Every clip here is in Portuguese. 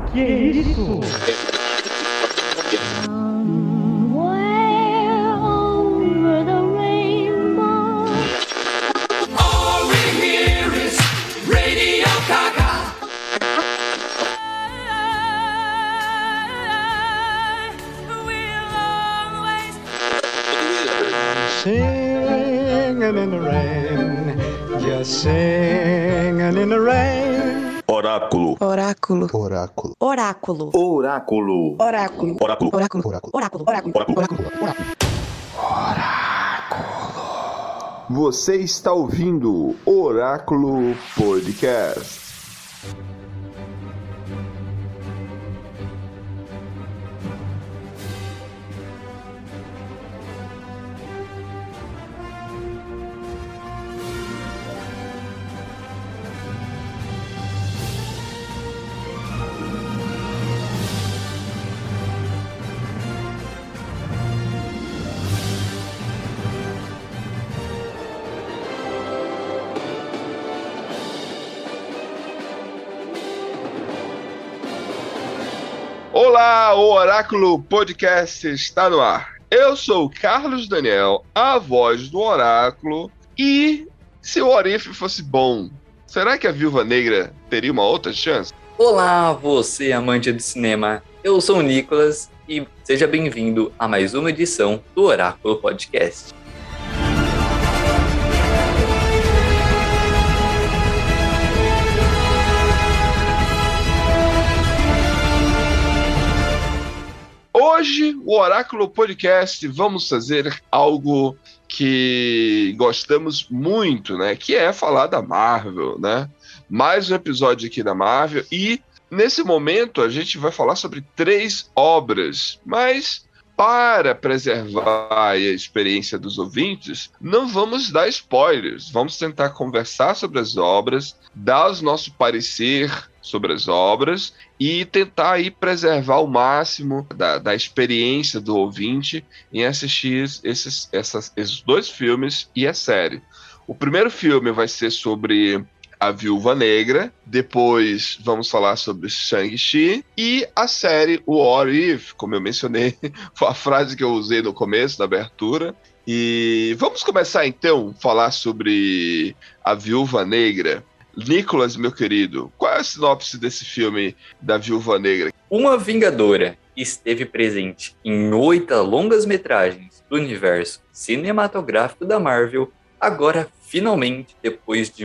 Que isso? Singing in the rain, just singing in the rain. Oráculo. Oráculo. Oráculo. Oráculo. Oráculo. Oráculo. Oráculo. Oráculo. Oráculo. Oráculo. Oráculo. Oráculo. Você está ouvindo Oráculo Podcast. Olá, o Oráculo Podcast está no ar. Eu sou o Carlos Daniel, a voz do Oráculo. E se o Orif fosse bom, será que a Viúva Negra teria uma outra chance? Olá, você amante de cinema. Eu sou o Nicolas e seja bem-vindo a mais uma edição do Oráculo Podcast. Hoje, o Oráculo Podcast, vamos fazer algo que gostamos muito, né? Que é falar da Marvel, né? Mais um episódio aqui da Marvel. E, nesse momento, a gente vai falar sobre 3 obras. Mas, para preservar a experiência dos ouvintes, não vamos dar spoilers. Vamos tentar conversar sobre as obras, dar o nosso parecer sobre as obras e tentar aí preservar o máximo da experiência do ouvinte em assistir esses 2 filmes e a série. O primeiro filme vai ser sobre a Viúva Negra, depois vamos falar sobre Shang-Chi e a série What If, como eu mencionei, foi a frase que eu usei no começo, na abertura. E vamos começar então a falar sobre a Viúva Negra. Nicolas, meu querido, qual é a sinopse desse filme da Viúva Negra? Uma Vingadora esteve presente em 8 longas-metragens do universo cinematográfico da Marvel. Agora, finalmente, depois de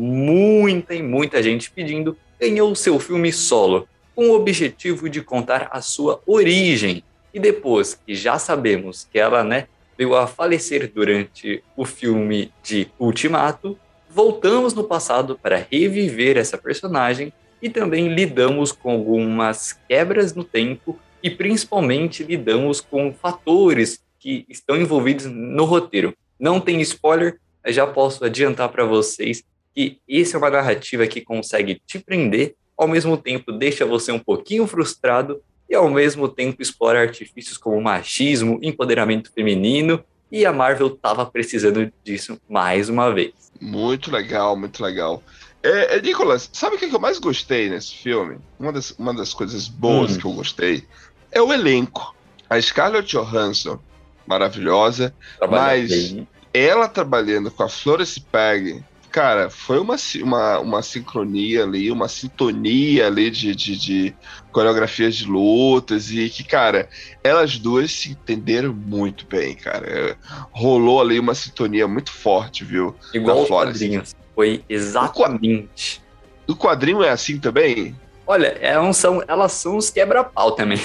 muita gente pedindo, ganhou seu filme solo, com o objetivo de contar a sua origem. E depois que já sabemos que ela, veio a falecer durante o filme de Ultimato, voltamos no passado para reviver essa personagem e também lidamos com algumas quebras no tempo e principalmente lidamos com fatores que estão envolvidos no roteiro. Não tem spoiler, mas já posso adiantar para vocês que essa é uma narrativa que consegue te prender, ao mesmo tempo deixa você um pouquinho frustrado e ao mesmo tempo explora artifícios como machismo, empoderamento feminino, e a Marvel estava precisando disso mais uma vez. Muito legal, muito legal. Nicolas, sabe o que eu mais gostei nesse filme? Uma das coisas boas que eu gostei é o elenco. A Scarlett Johansson, maravilhosa, mas ela trabalhando com a Florence Pugh, cara, foi uma sincronia ali, uma sintonia ali de coreografias de lutas e que, cara, elas duas se entenderam muito bem, cara. Rolou ali uma sintonia muito forte, viu? Igual os quadrinhos. Foi exatamente. O quadrinho é assim também? Olha, elas são os quebra-pau também.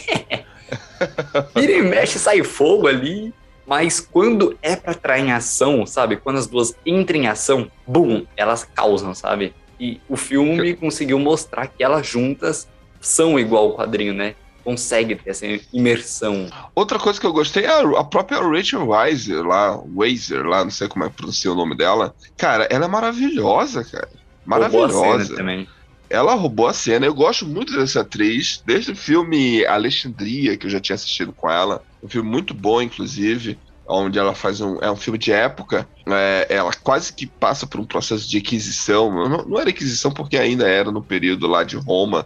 Vira e mexe, sai fogo ali. Mas quando é pra entrar em ação, sabe? Quando as duas entram em ação, bum, elas causam, sabe? E o filme conseguiu mostrar que elas juntas são igual ao quadrinho, né? Consegue ter essa imersão. Outra coisa que eu gostei é a própria Rachel Weisz lá, não sei como é que pronuncia o nome dela. Cara, ela é maravilhosa, cara. Maravilhosa. Roubou a cena também. Ela roubou a cena. Eu gosto muito dessa atriz, desde o filme Alexandria, que eu já tinha assistido com ela. Um filme muito bom, inclusive. onde ela faz um filme de época. Ela quase que passa por um processo de aquisição. Não era aquisição porque ainda era no período lá de Roma.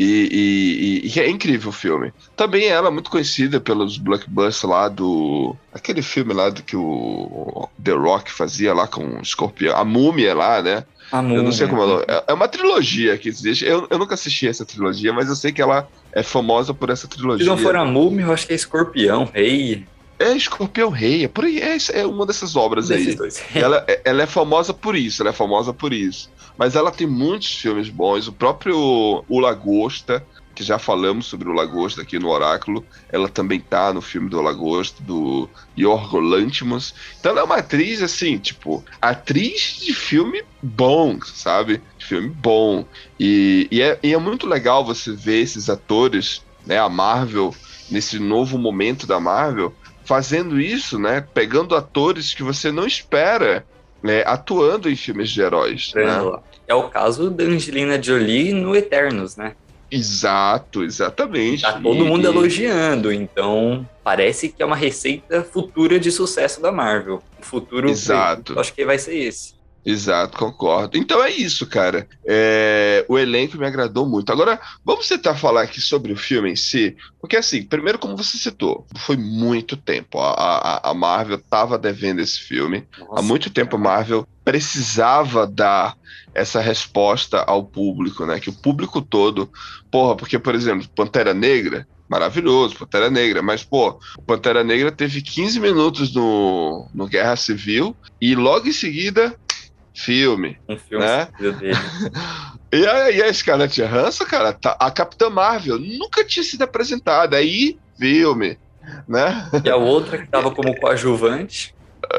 E é incrível o filme. Também ela é muito conhecida pelos blockbusters lá aquele filme lá do que o The Rock fazia lá com o escorpião. A Múmia lá, né? Eu não sei como é uma trilogia que existe. Eu nunca assisti essa trilogia, mas eu sei que ela é famosa por essa trilogia. Se não for a Múmia, eu acho que é Escorpião, Rei. É Escorpião Rei, é por aí, é uma dessas obras aí. Ela é famosa por isso, Mas ela tem muitos filmes bons. O próprio O Lagosta, que já falamos sobre o Lagosta aqui no Oráculo, ela também tá no filme do Lagosta, do Yorgos Lanthimos. Então ela é uma atriz, assim, tipo, atriz de filme bom, sabe? De filme bom. E é muito legal você ver esses atores, né, a Marvel, nesse novo momento da Marvel, fazendo isso, né, pegando atores que você não espera, né, atuando em filmes de heróis. Né? É o caso da Angelina Jolie no Eternos, né? Exato, exatamente. Tá todo mundo elogiando, então parece que é uma receita futura de sucesso da Marvel. O futuro, exato. Acho que vai ser esse. Exato, concordo. Então é isso, cara. O elenco me agradou muito. Agora, vamos tentar falar aqui sobre o filme em si, porque assim, primeiro, como você citou, foi muito tempo. A Marvel tava devendo esse filme. Nossa, há muito tempo a Marvel precisava dar essa resposta ao público, né? Que o público todo... porque, por exemplo, Pantera Negra, maravilhoso, Pantera Negra, mas, o Pantera Negra teve 15 minutos no Guerra Civil e logo em seguida... filme, né? Dele. E a Scarlett Johansson, cara, a Capitã Marvel nunca tinha sido apresentada, aí filme, né? E a outra que tava como coadjuvante.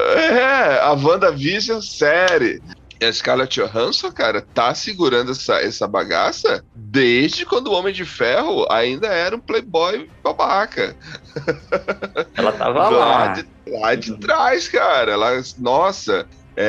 A WandaVision série. E a Scarlett Johansson, cara, tá segurando essa bagaça desde quando o Homem de Ferro ainda era um playboy babaca. Ela tava lá de trás, cara. Nossa...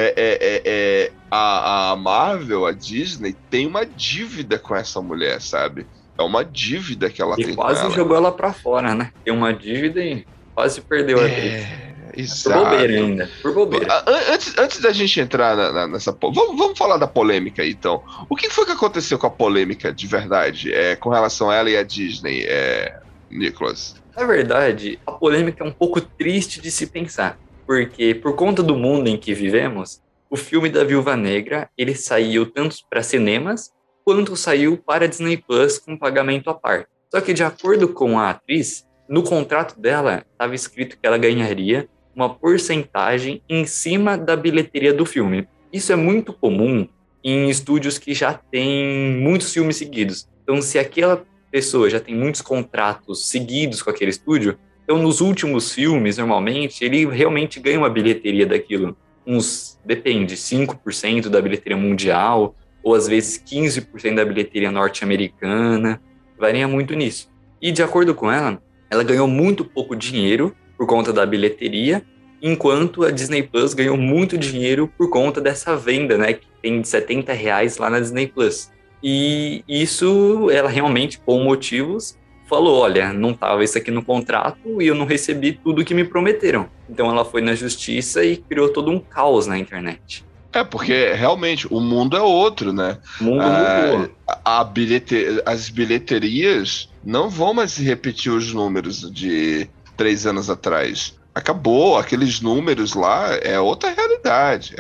a Marvel, a Disney, tem uma dívida com essa mulher, sabe? É uma dívida que ela tem com ela. E quase jogou ela pra fora, né? Tem uma dívida e quase perdeu a atriz. Exato. Por bobeira ainda. Por bobeira. Antes da gente entrar nessa... Vamos falar da polêmica aí, então. O que foi que aconteceu com a polêmica de verdade com relação a ela e a Disney, Nicolas? Na verdade, a polêmica é um pouco triste de se pensar. Porque, por conta do mundo em que vivemos, o filme da Viúva Negra, ele saiu tanto para cinemas, quanto saiu para Disney Plus com pagamento à parte. Só que, de acordo com a atriz, no contrato dela, estava escrito que ela ganharia uma porcentagem em cima da bilheteria do filme. Isso é muito comum em estúdios que já têm muitos filmes seguidos. Então, se aquela pessoa já tem muitos contratos seguidos com aquele estúdio, então, nos últimos filmes, normalmente, ele realmente ganha uma bilheteria daquilo. Depende, 5% da bilheteria mundial, ou às vezes 15% da bilheteria norte-americana. Varia muito nisso. E, de acordo com ela, ela ganhou muito pouco dinheiro por conta da bilheteria, enquanto a Disney Plus ganhou muito dinheiro por conta dessa venda, né, que tem de R$70 lá na Disney Plus. E isso, ela realmente, com motivos... falou, olha, não estava isso aqui no contrato e eu não recebi tudo que me prometeram. Então ela foi na justiça e criou todo um caos na internet. Porque realmente o mundo é outro, né? O mundo mudou. As bilheterias não vão mais repetir os números de 3 anos atrás. Acabou, aqueles números lá é outra realidade,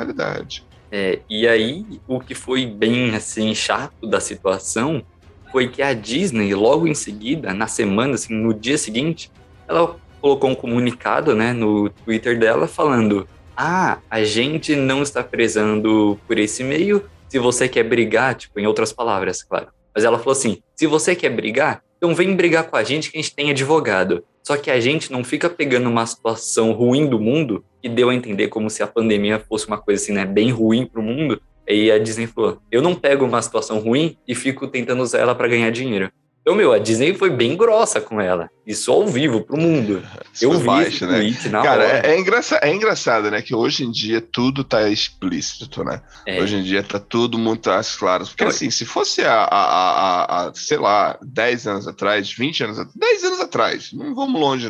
E aí, o que foi bem assim, chato da situação foi que a Disney, logo em seguida, na semana, assim, no dia seguinte, ela colocou um comunicado, né, no Twitter dela falando: a gente não está prezando por esse meio, se você quer brigar, tipo, em outras palavras, claro. Mas ela falou assim, se você quer brigar, então vem brigar com a gente que a gente tem advogado. Só que a gente não fica pegando uma situação ruim do mundo, que deu a entender como se a pandemia fosse uma coisa assim, né, bem ruim pro mundo. Aí a Disney falou, eu não pego uma situação ruim e fico tentando usar ela para ganhar dinheiro. Então, a Disney foi bem grossa com ela. Isso ao vivo, pro mundo. Eu vi esse tweet na hora. Cara, é engraçado, né? Que hoje em dia tudo tá explícito, né? Hoje em dia tá tudo muito às claras. Porque assim, se fosse sei lá, 10 anos atrás, 20 anos atrás, 10 anos atrás, não vamos longe não.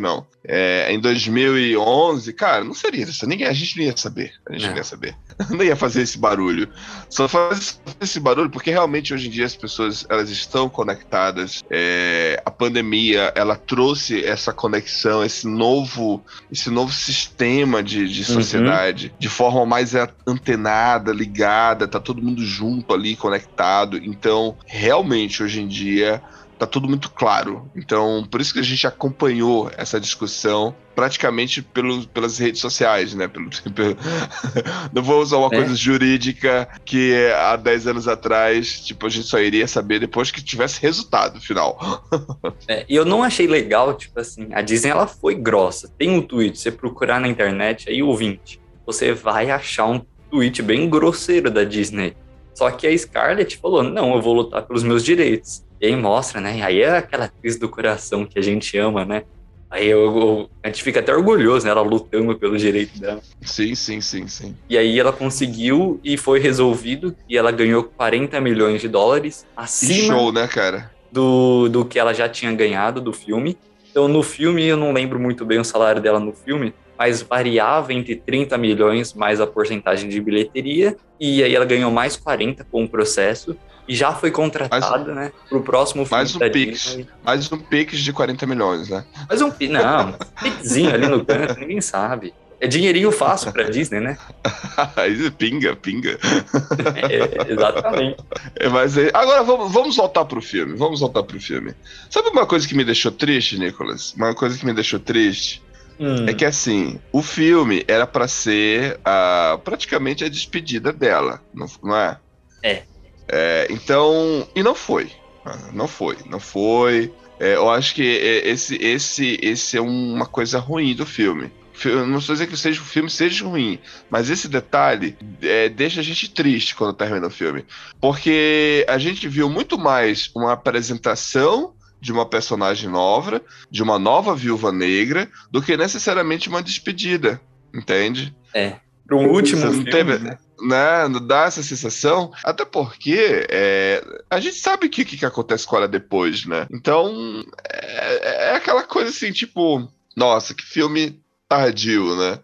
em 2011, cara, não seria isso. A gente não ia saber. A gente não ia saber. Não ia fazer esse barulho. Só faz esse barulho porque realmente hoje em dia as pessoas elas estão conectadas. A pandemia ela trouxe essa conexão, esse novo sistema de sociedade de forma mais antenada, ligada, tá todo mundo junto ali, conectado. Então, realmente hoje em dia tá tudo muito claro. Então, por isso que a gente acompanhou essa discussão praticamente pelas redes sociais, né? Não vou usar uma coisa jurídica que há 10 anos atrás, tipo, a gente só iria saber depois que tivesse resultado final. E eu não achei legal, tipo assim, a Disney, ela foi grossa. Tem um tweet, você procurar na internet, aí ouvinte, você vai achar um tweet bem grosseiro da Disney. Só que a Scarlett falou, não, eu vou lutar pelos meus direitos. E aí mostra, né? Aí é aquela atriz do coração que a gente ama, né? Aí a gente fica até orgulhoso, né? Ela lutando pelo direito dela. Sim. E aí ela conseguiu e foi resolvido. E ela ganhou 40 milhões de dólares acima show, né, cara? do que ela já tinha ganhado do filme. Então no filme, eu não lembro muito bem o salário dela no filme, mas variava entre 30 milhões mais a porcentagem de bilheteria. E aí ela ganhou mais 40 com o processo. E já foi contratada, né, pro próximo filme. Mais um Pix de 40 milhões, né? Não, Pixinho ali no canto, ninguém sabe. É dinheirinho fácil pra Disney, né? pinga. Exatamente. Mas agora vamos voltar pro filme. Sabe uma coisa que me deixou triste, Nicolas? Uma coisa que me deixou triste é que, assim, o filme era pra ser praticamente a despedida dela, não é? Então, e não foi. Não foi. Eu acho que esse é uma coisa ruim do filme. Eu não estou dizendo que o filme seja ruim, mas esse detalhe deixa a gente triste quando termina o filme. Porque a gente viu muito mais uma apresentação de uma personagem nova, de uma nova Viúva Negra, do que necessariamente uma despedida, entende? Para um último não filme, teve, né? Não dá essa sensação, até porque a gente sabe o que acontece com ela depois, né? Então, é aquela coisa assim, tipo, nossa, que filme tardio, né?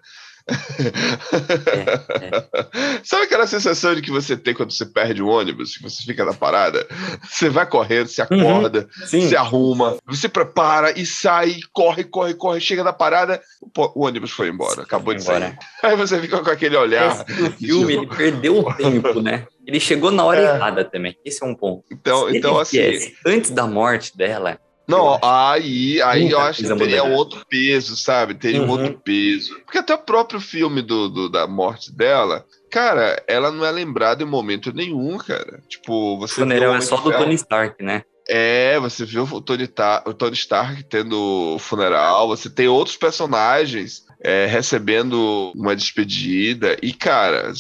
Sabe aquela sensação de que você tem quando você perde um ônibus, que você fica na parada? Você vai correndo, se acorda, se arruma, você prepara e sai, corre, chega na parada, o ônibus foi embora, acabou de sair. Aí você fica com aquele olhar. O filme, ele perdeu o tempo, né? Ele chegou na hora errada também. Esse é um ponto. Então assim, antes da morte dela. Não, aí eu acho que teria outro peso, sabe? Teria um outro peso. Porque até o próprio filme da morte dela, cara, ela não é lembrada em momento nenhum, cara. Tipo, você o funeral é só do Tony Stark, né? Você viu o Tony Stark tendo funeral, você tem outros personagens recebendo uma despedida, e, cara,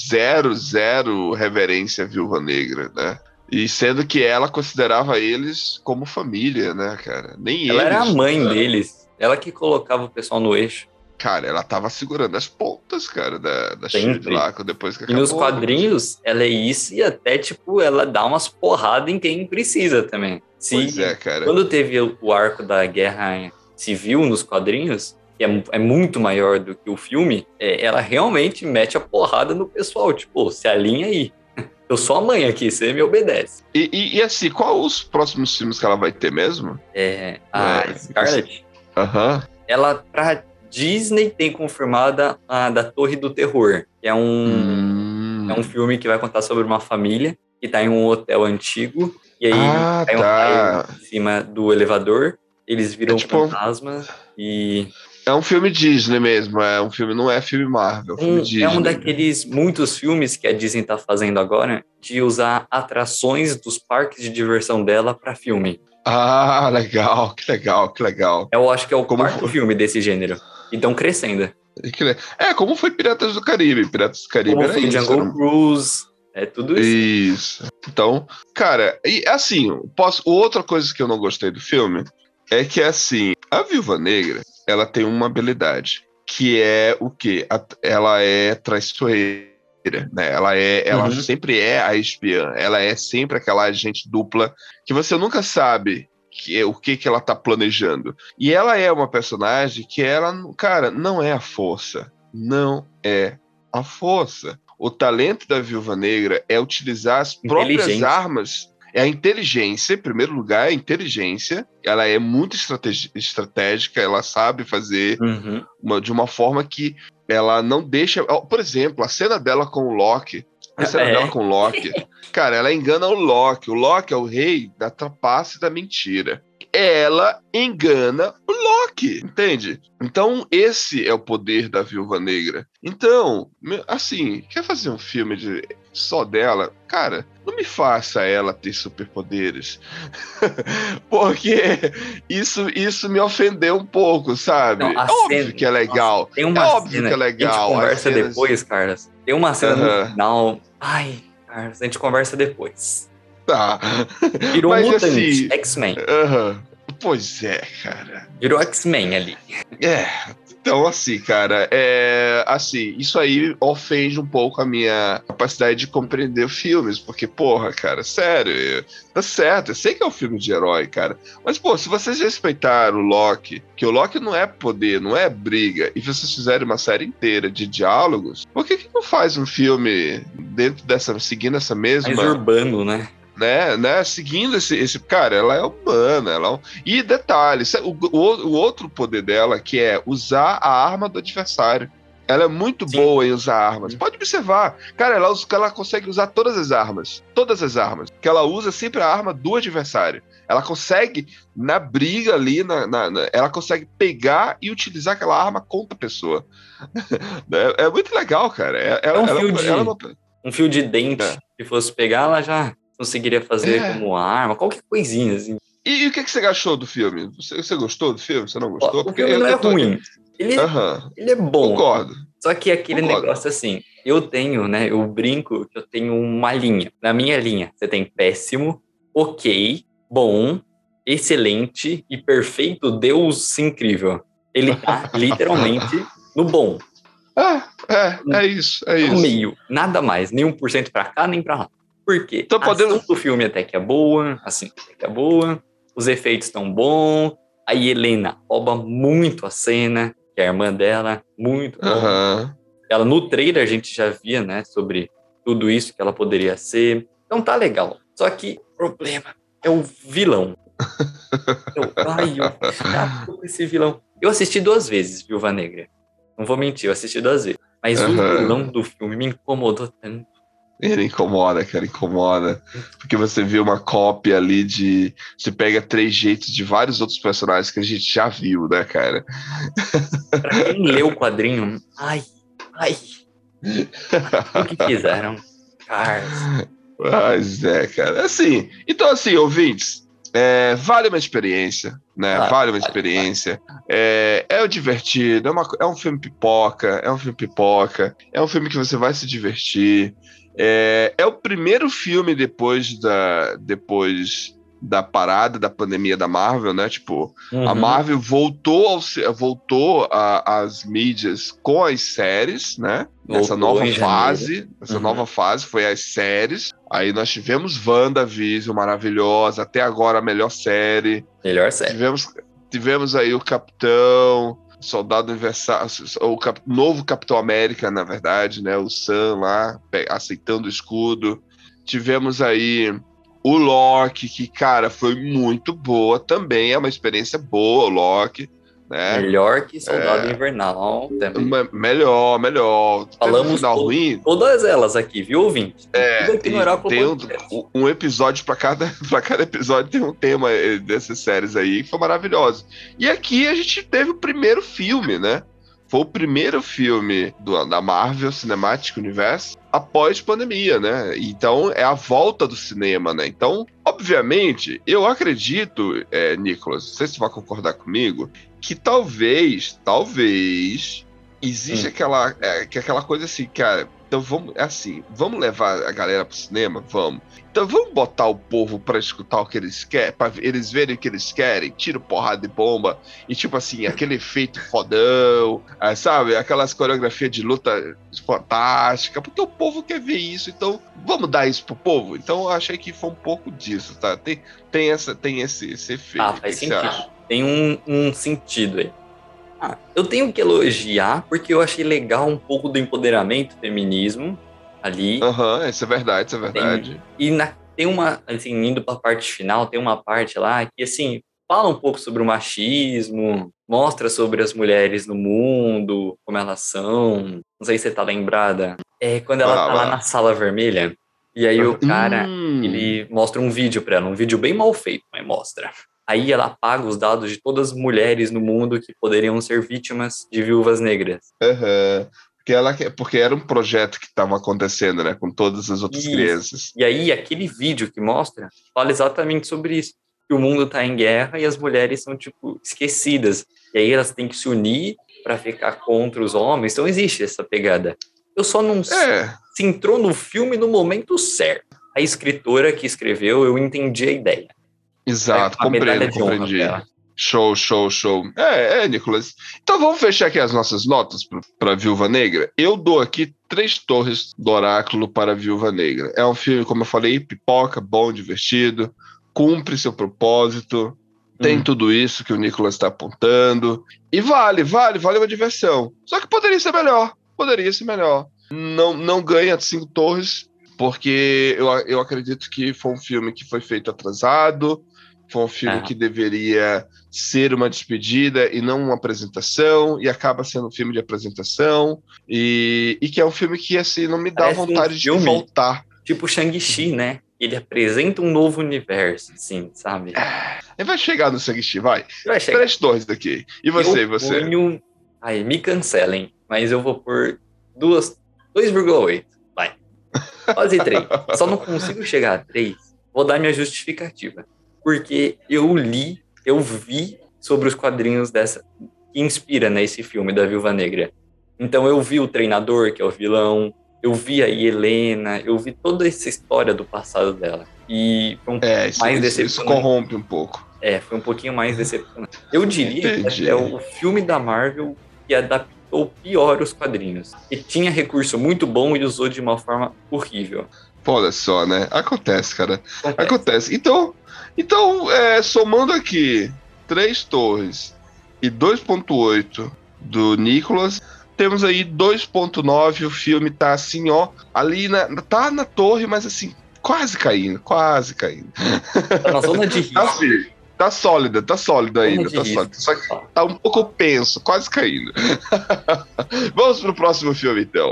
zero reverência à Viúva Negra, né? E sendo que ela considerava eles como família, né, cara? Nem ela eles. Era a mãe deles. Ela que colocava o pessoal no eixo. Cara, ela tava segurando as pontas, cara, da Shield lá, depois que acabou. E nos quadrinhos, ela é isso e até, tipo, ela dá umas porradas em quem precisa também. Pois é, cara. Quando teve o arco da Guerra Civil nos quadrinhos, que é muito maior do que o filme, ela realmente mete a porrada no pessoal. Tipo, se alinha aí. Eu sou a mãe aqui, você me obedece. E assim, qual os próximos filmes que ela vai ter mesmo? A Scarlett, ela, pra Disney, tem confirmada a da Torre do Terror, que é um filme que vai contar sobre uma família que tá em um hotel antigo, e aí cai um raio em cima do elevador, eles viram fantasma e... É um filme Disney mesmo, não é filme Marvel, é um filme Disney. É um daqueles muitos filmes que a Disney tá fazendo agora, de usar atrações dos parques de diversão dela pra filme. Ah, legal, que legal. Eu acho que é o quarto filme desse gênero. E estão crescendo. Como foi Piratas do Caribe. Piratas do Caribe era isso. Jungle Cruise, tudo isso. Isso. Então, cara, e assim, outra coisa que eu não gostei do filme é que, assim, a Viúva Negra, ela tem uma habilidade, que é o quê? Ela é traiçoeira, né? Ela sempre é a espiã, ela é sempre aquela agente dupla que você nunca sabe o que ela tá planejando. E ela é uma personagem que ela, cara, não é a força. Não é a força. O talento da Viúva Negra é utilizar as próprias armas. É a inteligência, em primeiro lugar, é a inteligência. Ela é muito estratégica, ela sabe fazer de uma forma que ela não deixa... Por exemplo, a cena dela com o Loki. Cara, ela engana o Loki. O Loki é o rei da trapaça e da mentira. Ela engana o Loki, entende? Então, esse é o poder da Viúva Negra. Então, assim, quer fazer um filme só dela? Cara, não me faça ela ter superpoderes. Porque isso me ofendeu um pouco, sabe? Não, é óbvio que é legal. Nossa, tem uma óbvio cena que é legal. A gente conversa depois, Carlos. Tem uma cena no final. Ai, Carlos, a gente conversa depois. Tá. Virou Mas, mutante, assim, X-Men. Pois é, cara. Virou X-Men ali. Então, assim, cara, assim, isso aí ofende um pouco a minha capacidade de compreender filmes, porque, porra, cara, sério, tá certo, eu sei que é um filme de herói, cara, mas, pô, se vocês respeitaram o Loki, que o Loki não é poder, não é briga, e vocês fizerem uma série inteira de diálogos, por que não faz um filme seguindo essa mesma... Mais urbano, né? Seguindo esse cara, ela é humana, e detalhe, o outro poder dela, que é usar a arma do adversário. Ela é muito boa em usar armas. Pode observar, cara, ela consegue usar todas as armas, que ela usa sempre a arma do adversário. Ela consegue, na briga ali, ela consegue pegar e utilizar aquela arma contra a pessoa. É muito legal, cara. Um fio de dente, se fosse pegar, ela já conseguiria fazer como arma, qualquer coisinha, assim. E o que você achou do filme? Você gostou do filme? Você não gostou? O filme não é ruim. Ele é bom. Concordo. Só que aquele negócio assim, eu brinco que eu tenho uma linha. Na minha linha, você tem péssimo, ok, bom, excelente e perfeito, Deus incrível. Ele tá literalmente no bom. É isso. No meio, nada mais, nem 1% pra cá, nem pra lá. Por quê? Então, a ação do filme até que é boa, os efeitos estão bons, a Helena rouba muito a cena, que é a irmã dela, muito bom. Ela, no trailer, a gente já via, né, sobre tudo isso que ela poderia ser. Então tá legal. Só que o problema é o vilão. Eu chato com esse vilão. Eu assisti 2 vezes, Viúva Negra. Não vou mentir, eu assisti 2 vezes. Mas o vilão do filme me incomodou tanto. Ele incomoda, cara, incomoda. Porque você vê uma cópia ali de... Você pega 3 jeitos de vários outros personagens que a gente já viu, né, cara? Pra quem leu o quadrinho, ai. O que fizeram? Carlos. Mas cara. Assim, então assim, ouvintes, vale uma experiência, né? Vale uma experiência. É divertido, é um filme pipoca, é um filme que você vai se divertir. É o primeiro filme depois da parada da pandemia da Marvel, né? Tipo, a Marvel voltou às mídias com as séries, né? Nessa nova fase foi as séries. Aí nós tivemos WandaVision, maravilhosa, até agora a melhor série. Tivemos aí o Capitão, Soldado Universal, o novo Capitão América, na verdade, né? O Sam lá, aceitando o escudo. Tivemos aí o Loki, que, cara, foi muito boa também. É uma experiência boa, o Loki. Né? Melhor que Soldado Invernal também. Melhor. Falamos final ruim. Todas elas aqui, viu, ouvinte? Tem um episódio para cada episódio tem um tema dessas séries aí que foi maravilhoso. E aqui a gente teve o primeiro filme, né? Foi o primeiro filme da Marvel Cinematic Universe após pandemia, né? Então, é a volta do cinema, né? Então, obviamente, eu acredito, Nicolas, não sei se você vai concordar comigo, que talvez existe aquela coisa assim, cara, Então vamos levar a galera pro cinema? Vamos. Então vamos botar o povo pra escutar o que eles querem, pra eles verem o que eles querem, tiro, porrada de bomba, e tipo assim, aquele efeito fodão, sabe? Aquelas coreografias de luta fantástica, porque o povo quer ver isso, então vamos dar isso pro povo? Então eu achei que foi um pouco disso, tá? Tem esse efeito. Faz sentido. Tem um sentido aí. Eu tenho que elogiar, porque eu achei legal um pouco do empoderamento feminismo ali. Isso é verdade. Tem uma, assim, indo pra parte final, tem uma parte lá que, assim, fala um pouco sobre o machismo, mostra sobre as mulheres no mundo, como elas são. Não sei se você tá lembrada. É quando ela tá lá na sala vermelha, e aí o cara, ele mostra um vídeo pra ela, um vídeo bem mal feito, mas mostra. Aí ela apaga os dados de todas as mulheres no mundo que poderiam ser vítimas de viúvas negras. Porque era um projeto que estava acontecendo, né? Com todas as outras crianças. E aí, aquele vídeo que mostra, fala exatamente sobre isso. Que o mundo tá em guerra e as mulheres são, tipo, esquecidas. E aí elas têm que se unir para ficar contra os homens. Então existe essa pegada. Eu só não sei se entrou no filme no momento certo. A escritora que escreveu, eu entendi a ideia. Exato, compreendi. Show. Nicolas. Então vamos fechar aqui as nossas notas para Viúva Negra. Eu dou aqui 3 torres do Oráculo para Viúva Negra. É um filme, como eu falei, pipoca, bom, divertido, cumpre seu propósito, tem tudo isso que o Nicolas está apontando, e vale uma diversão. Só que poderia ser melhor. Não ganha 5 torres, porque eu acredito que foi um filme que foi feito atrasado, foi um filme que deveria ser uma despedida e não uma apresentação, e acaba sendo um filme de apresentação, e que é um filme que, assim, não me dá vontade de voltar. Tipo Shang-Chi, né? Ele apresenta um novo universo, assim, sabe? Ele vai chegar no Shang-Chi, vai. 3 torres daqui. E você? Aí, me cancelem, mas eu vou por 2,8. Vai. Quase 3. Só não consigo chegar a 3. Vou dar minha justificativa. Porque eu vi sobre os quadrinhos que inspira, né, esse filme da Viúva Negra. Então eu vi o treinador, que é o vilão, eu vi a Helena, eu vi toda essa história do passado dela. E foi mais decepcionante. Isso corrompe um pouco. Foi um pouquinho mais decepcionante. Eu diria que é o filme da Marvel que adaptou pior os quadrinhos. E tinha recurso muito bom e usou de uma forma horrível. Olha só, né? Acontece, cara. Acontece. Então, somando aqui 3 torres e 2,8 do Nicolas, temos aí 2,9. O filme tá assim, ó, ali tá na torre, mas assim, quase caindo. Tá na zona de risco. Assim, tá sólida ainda, tá sólida. Só que tá um pouco penso, quase caindo. Vamos pro próximo filme, então.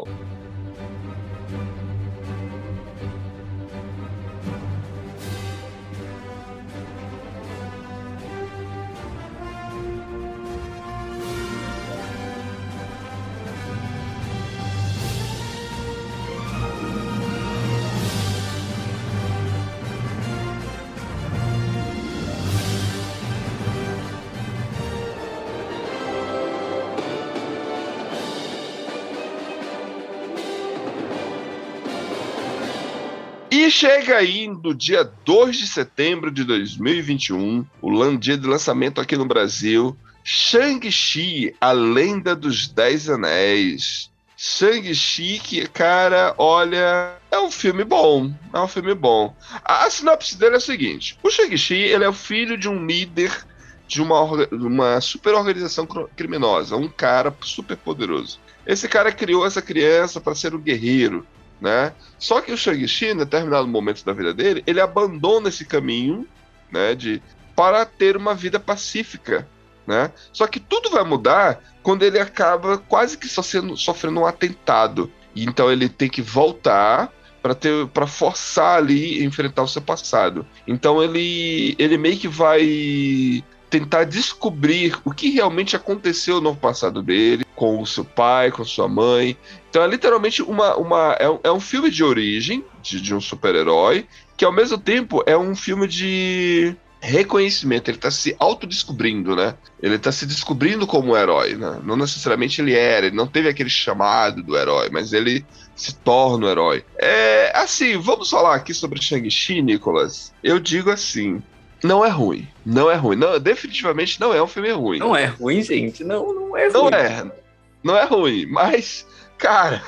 E chega aí no dia 2 de setembro de 2021, o dia de lançamento aqui no Brasil, Shang-Chi, a Lenda dos 10 Anéis. Shang-Chi, que, cara, olha, é um filme bom. A sinopse dele é a seguinte: o Shang-Chi, ele é o filho de um líder de uma super organização criminosa, um cara super poderoso. Esse cara criou essa criança para ser um guerreiro, né? Só que o Shang-Chi, em determinado momento da vida dele, ele abandona esse caminho, né, para ter uma vida pacífica, né? Só que tudo vai mudar quando ele acaba quase que sofrendo um atentado. E então ele tem que voltar para forçar ali enfrentar o seu passado. Então ele meio que vai tentar descobrir o que realmente aconteceu no passado dele, com o seu pai, com sua mãe. Então é literalmente um filme de origem de um super-herói, que ao mesmo tempo é um filme de reconhecimento. Ele está se autodescobrindo, né? Ele está se descobrindo como um herói, né? Não necessariamente ele não teve aquele chamado do herói, mas ele se torna um herói. Assim, vamos falar aqui sobre Shang-Chi, Nicolas. Eu digo assim, não é ruim. Não é ruim. Não, definitivamente não é um filme ruim. Não é ruim, gente. Não é ruim. Não é ruim, mas, cara,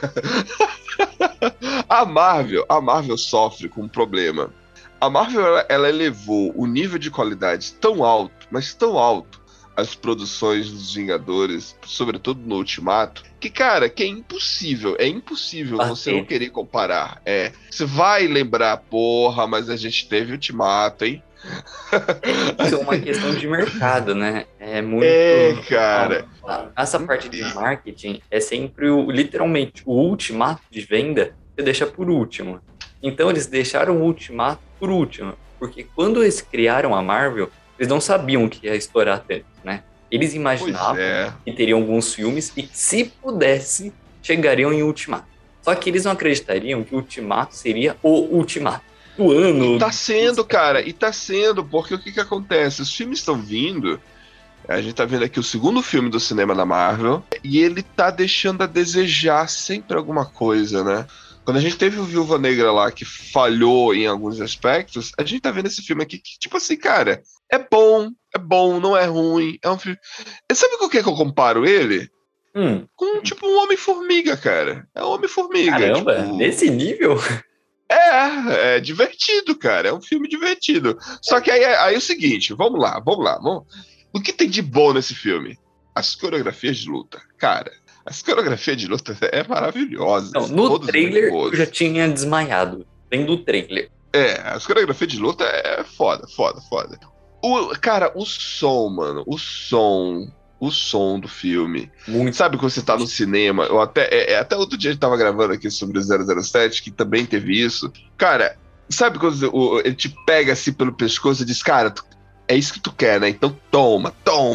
a Marvel sofre com um problema. A Marvel, ela elevou o nível de qualidade tão alto, mas tão alto, as produções dos Vingadores, sobretudo no Ultimato, que, cara, que é impossível você não querer comparar. Você vai lembrar, porra, mas a gente teve Ultimato, hein? Isso é uma questão de mercado, né? É muito. Cara. Essa parte de marketing é sempre literalmente o ultimato de venda você deixa por último. Então eles deixaram o ultimato por último, porque quando eles criaram a Marvel, eles não sabiam que ia estourar tanto, né? Eles imaginavam que teriam alguns filmes e, se pudesse, chegariam em Ultimato. Só que eles não acreditariam que o Ultimato seria o Ultimato do ano. E tá sendo, cara, porque o que acontece? Os filmes estão vindo, a gente tá vendo aqui o segundo filme do cinema da Marvel, e ele tá deixando a desejar sempre alguma coisa, né? Quando a gente teve o Viúva Negra lá, que falhou em alguns aspectos, a gente tá vendo esse filme aqui que, tipo assim, cara, é bom, não é ruim, é um filme... Sabe com o que eu comparo ele? Com, tipo, um Homem-Formiga, cara. É um Homem-Formiga. Caramba, tipo... nesse nível? É divertido, cara, é um filme divertido. Só que aí é o seguinte, vamos lá. O que tem de bom nesse filme? As coreografias de luta, cara. As coreografias de luta é maravilhosa. Não, no trailer eu já tinha desmaiado. Vem do trailer. As coreografias de luta é foda. Cara, o som, mano. O som do filme. Muito. Sabe quando você tá no cinema? Até outro dia a gente tava gravando aqui sobre o 007, que também teve isso. Cara, sabe quando ele te pega assim pelo pescoço e diz, cara, é isso que tu quer, né? Então toma.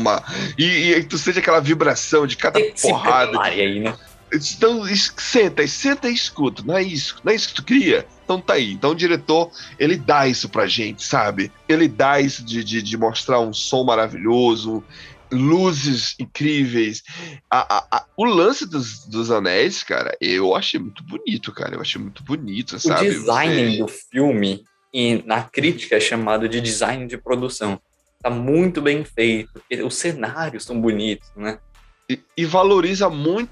E tu sente aquela vibração de cada porrada. Aí, né? Então senta e escuta. Não é isso que tu queria? Então tá aí. Então o diretor, ele dá isso pra gente, sabe? Ele dá isso de mostrar um som maravilhoso, luzes incríveis. O lance dos anéis, cara, eu achei muito bonito, cara. Eu achei muito bonito, sabe? O design do filme, e na crítica é chamado de design de produção. Tá muito bem feito, porque os cenários são bonitos, né? E valoriza muito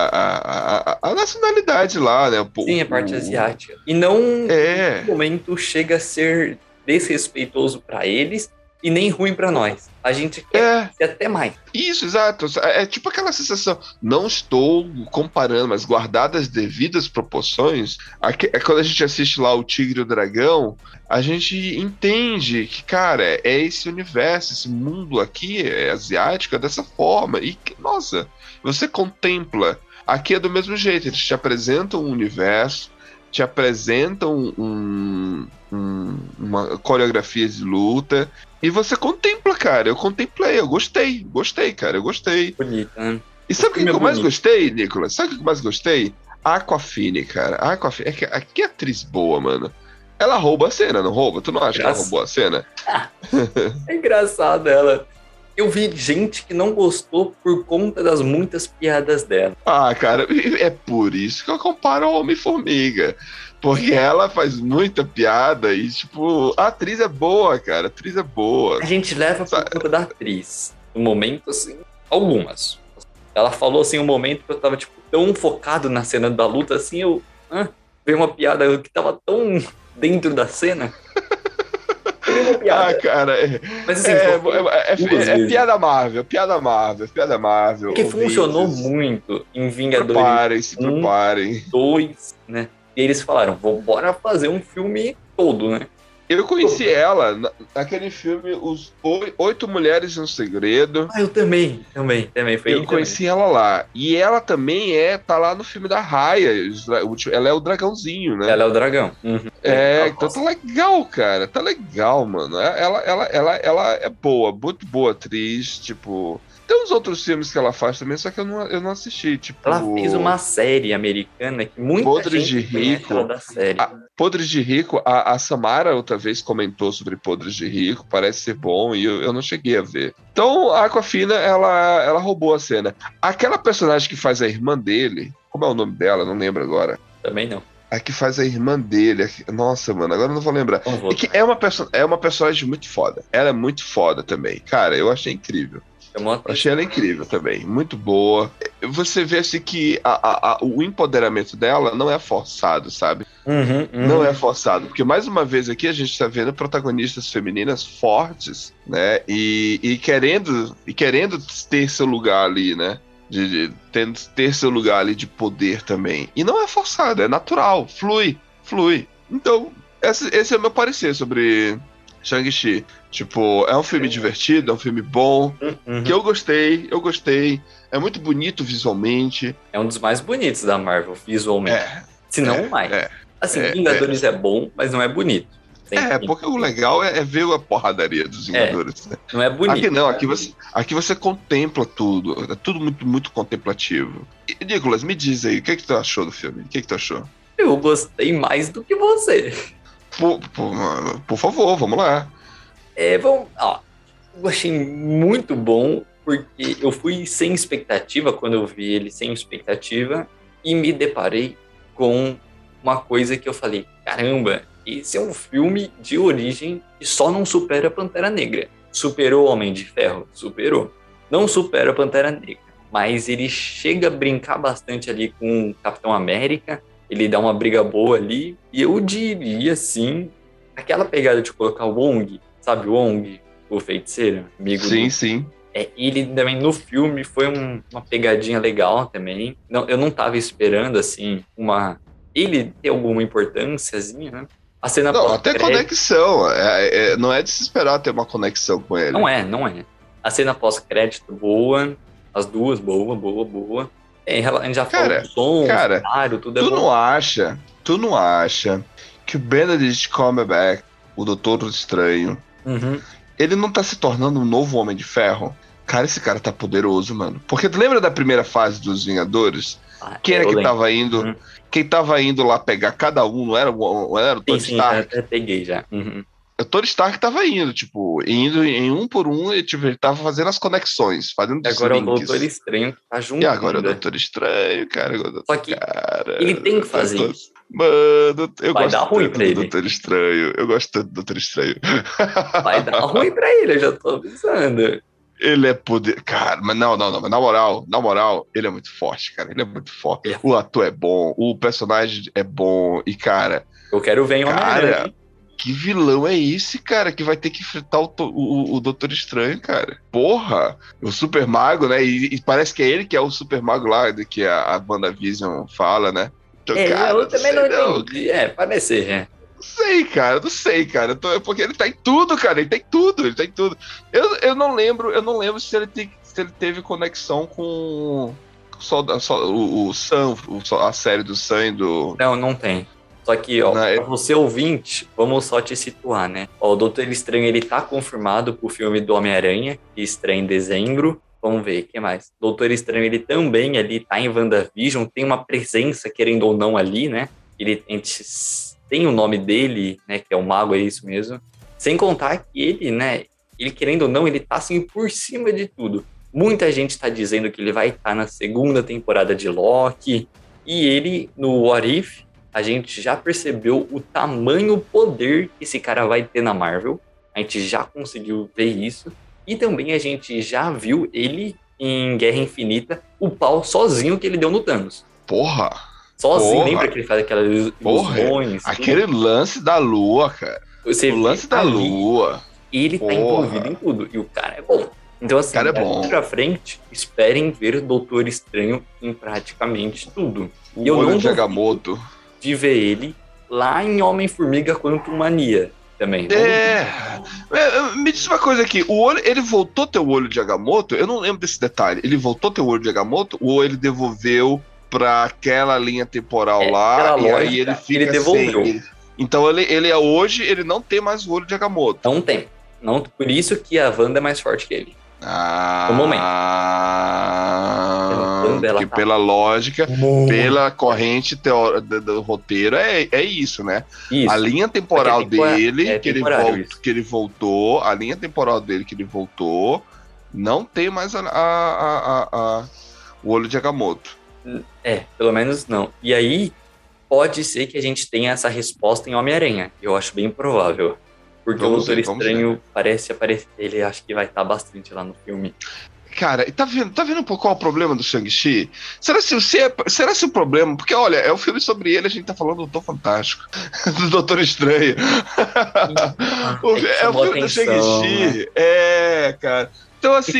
a nacionalidade lá, né? Sim, a parte asiática. E não, em nenhum momento, chega a ser desrespeitoso para eles e nem ruim para nós. A gente quer ser até mais. Isso, exato. É tipo aquela sensação, não estou comparando, mas guardadas as devidas proporções, quando a gente assiste lá o Tigre e o Dragão, a gente entende que, cara, é esse universo, esse mundo aqui asiático, é dessa forma. E, nossa, você contempla. Aqui é do mesmo jeito, eles te apresentam um universo, te apresentam uma coreografia de luta, e você contempla, cara. Eu contemplei, eu gostei, cara, eu gostei. Bonito, né? E sabe o que eu mais gostei, Nicolas? Sabe o que eu mais gostei? A Awkwafina, cara. Que atriz boa, mano. Ela rouba a cena, não rouba? Tu não acha que ela roubou a cena? É engraçado ela. Eu vi gente que não gostou por conta das muitas piadas dela. Cara, é por isso que eu comparo ao Homem-Formiga. Porque ela faz muita piada e, tipo, a atriz é boa, cara. A atriz é boa. A gente leva por conta da atriz. No momento, assim, algumas. Ela falou, assim, um momento que eu tava, tipo, tão focado na cena da luta, assim, veio uma piada que tava tão dentro da cena. Cara, mas, assim, é piada Marvel. Que funcionou muito em Vingadores. Se preparem. 2, né? E eles falaram, bora fazer um filme todo, né? Eu conheci ela naquele filme Os 8 Mulheres e um Segredo. Eu também. Eu conheci ela lá. E ela também tá lá no filme da Raya. Ela é o dragãozinho, né? Ela é o dragão. Uhum. Então tá legal, cara. Tá legal, mano. Ela é boa, muito boa atriz, tipo... Tem uns outros filmes que ela faz também, só que eu não assisti, tipo... Ela fez uma série americana que muita Podres gente de Rico. ela da série. Podres de Rico, a Samara outra vez comentou sobre Podres de Rico, parece ser bom, e eu não cheguei a ver. Então, a Awkwafina, ela roubou a cena. Aquela personagem que faz a irmã dele, como é o nome dela? Não lembro agora. Também não. A que faz a irmã dele. Nossa, mano, agora eu não vou lembrar. Não vou. É que é uma personagem muito foda. Ela é muito foda também. Cara, eu achei incrível. Eu achei ela incrível também. Muito boa. Você vê assim que o empoderamento dela não é forçado, sabe? Não é forçado. Porque mais uma vez aqui a gente tá vendo protagonistas femininas fortes, né? E querendo ter seu lugar ali, né? De ter seu lugar ali de poder também. E não é forçado, é natural, flui. Então, esse é o meu parecer sobre Shang-Chi. Tipo, é um filme divertido, é um filme bom, que eu gostei. É muito bonito visualmente. É um dos mais bonitos da Marvel, visualmente. Se não mais. Assim, Vingadores é bom, mas não é bonito. Porque o legal é ver a porradaria dos Vingadores. Né? Não é bonito. Aqui não, aqui você contempla tudo. É tudo muito, muito contemplativo. E, Nicolas, me diz aí, o que tu achou do filme? O que tu achou? Eu gostei mais do que você. Por favor, vamos lá. Eu achei muito bom, porque eu fui sem expectativa quando eu vi ele sem expectativa e me deparei com uma coisa que eu falei, caramba, esse é um filme de origem que só não supera a Pantera Negra. Superou o Homem de Ferro? Superou. Não supera a Pantera Negra, mas ele chega a brincar bastante ali com o Capitão América, ele dá uma briga boa ali, e eu diria, assim, aquela pegada de colocar o Wong, sabe o Wong, o feiticeiro, amigo Sim. Ele também no filme foi uma pegadinha legal também. Não, eu não tava esperando, assim, ele ter alguma importânciazinha, né? A cena não, até conexão. Não é de se esperar ter uma conexão com ele. Não é. A cena pós-crédito boa, as duas boa. A gente já falou do som, cenário, tudo tu não acha que o Benedict Cumberbatch, o Doutor Estranho, ele não tá se tornando um novo Homem de Ferro? Cara, esse cara tá poderoso, mano. Porque tu lembra da primeira fase dos Vingadores? Quem era que tava indo? Quem tava indo lá pegar cada um, não era o Tony Stark? Sim, peguei já. O Tony Stark tava indo, tipo, indo em um por um, e tipo, ele tava fazendo as conexões, fazendo os agora links. É o Doutor Estranho que tá junto. E agora é o Doutor Estranho, cara. Só que ele tem que fazer isso. Mano, eu vai gosto dar ruim tanto pra do ele. Doutor Estranho. Eu gosto tanto do Doutor Estranho. Vai dar ruim pra ele, eu já tô avisando. Ele é poder. Cara, mas não, mas na moral, ele é muito forte, cara. Ele é muito forte. O ator é bom, o personagem é bom. E, cara. Eu quero ver em Homem-Aranha. Que vilão é esse, cara, que vai ter que enfrentar o Doutor Estranho, cara? Porra! O Super Mago, né? E parece que é ele que é o Super Mago lá, que a WandaVision fala, né? Então, cara, eu também não entendi. Parece ser, Não sei, cara. Porque ele tá em tudo, cara. Ele tá em tudo. Eu não lembro se ele teve conexão com o Sam, a série do Sam e do... Não tem. Só que, pra você ouvinte, vamos só te situar, né? O Doutor Estranho, ele tá confirmado pro filme do Homem-Aranha, que estreia em dezembro. Vamos ver, o que mais? Doutor Estranho, ele também ali tá em WandaVision, tem uma presença, querendo ou não, ali, né? A gente tem o nome dele, né? Que é o Mago, é isso mesmo. Sem contar que ele, né? Ele, querendo ou não, ele tá assim por cima de tudo. Muita gente tá dizendo que ele vai estar na segunda temporada de Loki. E ele, no What If, a gente já percebeu o tamanho poder que esse cara vai ter na Marvel. A gente já conseguiu ver isso. E também a gente já viu ele em Guerra Infinita, o pau sozinho que ele deu no Thanos. Porra! Sozinho, lembra que ele faz aquelas ilusões? Aquele lance da lua, cara. O lance da lua. Ele tá envolvido em tudo. E o cara é bom. Então, assim, daqui pra frente, esperem ver o Doutor Estranho em praticamente tudo. E eu não de Agamotto. De ver ele lá em Homem-Formiga Quantumania também. Me diz uma coisa aqui, ele voltou a ter o olho de Agamotto? Eu não lembro desse detalhe. Ele voltou a ter o olho de Agamotto ou ele devolveu pra aquela linha temporal lá e aí ele fica ele devolveu. Então ele hoje ele não tem mais o olho de Agamotto. Não tem. Não, por isso que a Wanda é mais forte que ele. No momento. Que pela lógica, pela corrente do roteiro, é isso, né? Isso. A linha temporal dele, que ele voltou, a linha temporal dele que ele voltou, não tem mais o olho de Agamotto. Pelo menos não. E aí, pode ser que a gente tenha essa resposta em Homem-Aranha. Eu acho bem provável. Porque o Doutor Estranho parece aparecer. Ele acho que vai estar bastante lá no filme. Cara, e tá vendo um pouco qual é o problema do Shang-Chi? Será se o problema... Porque, olha, é um filme sobre ele, a gente tá falando do Doutor Fantástico, do Doutor Estranho. É o filme do Shang-Chi. Né? Cara. Então, assim,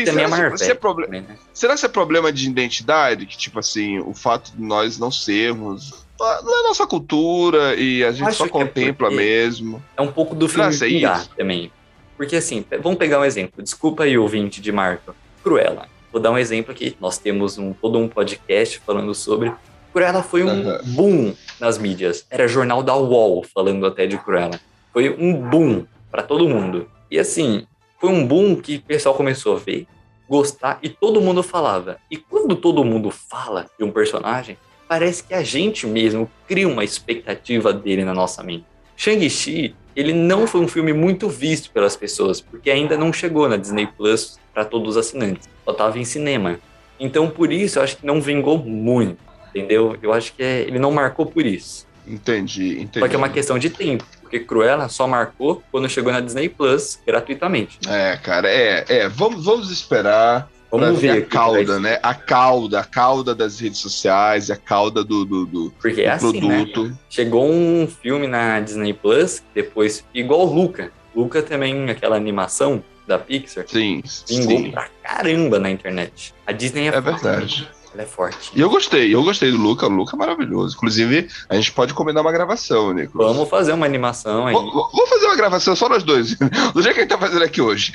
será que é problema de identidade? Que, tipo assim, o fato de nós não sermos... Não é nossa cultura e a gente só contempla mesmo. É um pouco do filme também. Porque, assim, vamos pegar um exemplo. Desculpa aí, ouvinte de Marvel. Cruella. Vou dar um exemplo aqui. Nós temos todo um podcast falando sobre. Cruella foi um boom nas mídias. Era jornal da UOL falando até de Cruella. Foi um boom para todo mundo. E assim, foi um boom que o pessoal começou a ver, gostar e todo mundo falava. E quando todo mundo fala de um personagem, parece que a gente mesmo cria uma expectativa dele na nossa mente. Shang-Chi, ele não foi um filme muito visto pelas pessoas, porque ainda não chegou na Disney Plus para todos os assinantes. Só estava em cinema. Então, por isso, eu acho que não vingou muito, entendeu? Eu acho que ele não marcou por isso. Entendi. Só que é uma questão de tempo, porque Cruella só marcou quando chegou na Disney Plus, gratuitamente. Cara, vamos esperar. Vamos ver a cauda, né? A cauda das redes sociais, a cauda do porque é assim, produto. Né? Chegou um filme na Disney Plus, depois, igual Luca. Luca também, aquela animação da Pixar. Sim. Vingou pra caramba na internet. A Disney é verdade. Ela é forte. E eu gostei do Luca. O Luca é maravilhoso. Inclusive, a gente pode combinar uma gravação, Nicolas. Vamos fazer uma animação aí. Vamos fazer uma gravação só nós dois. Do jeito que a gente tá fazendo aqui hoje.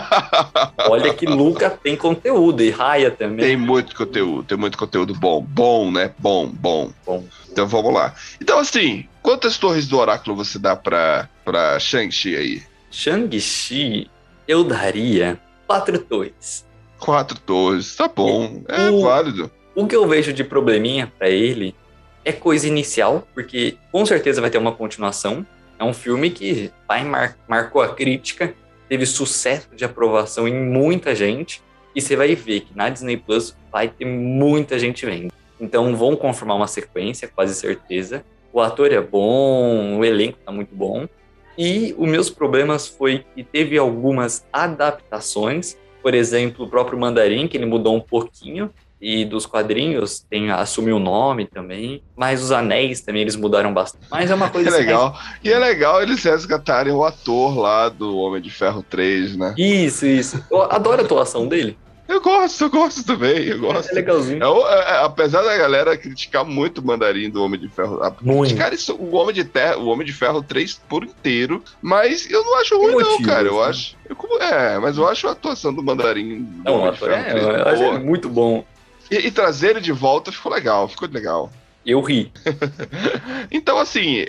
Olha que Luca tem conteúdo. E Raya também. Tem muito conteúdo bom. Bom, né? Bom. Então vamos lá. Então, assim, quantas torres do oráculo você dá pra Shang-Chi aí? Shang-Chi, eu daria 4 torres. 4 torres, tá bom, válido. O que eu vejo de probleminha pra ele é coisa inicial, porque com certeza vai ter uma continuação. É um filme que marcou a crítica, teve sucesso de aprovação em muita gente, e você vai ver que na Disney Plus vai ter muita gente vendo. Então vão confirmar uma sequência, quase certeza. O ator é bom, o elenco tá muito bom. E os meus problemas foi que teve algumas adaptações. Por exemplo, o próprio Mandarim, que ele mudou um pouquinho, e dos quadrinhos assumiu o nome também, mas os anéis também eles mudaram bastante. Mas é uma coisa legal. E é legal eles resgatarem o ator lá do Homem de Ferro 3, né? Isso. Eu adoro a atuação dele. Eu gosto também, eu gosto. É legalzinho. Apesar da galera criticar muito o Mandarim do Homem de Ferro, criticar o Homem de Ferro 3 por inteiro, mas eu não acho ruim não, cara, eu acho... mas eu acho a atuação do Mandarim do Homem de Ferro 3 eu acho ele muito bom. E trazer ele de volta ficou legal. Eu ri. Então, assim,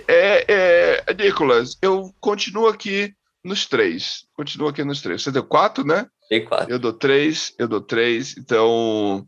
Nicolas, eu continuo aqui nos 3. Você deu 4, né? Dei 4. Eu dou 3. Então,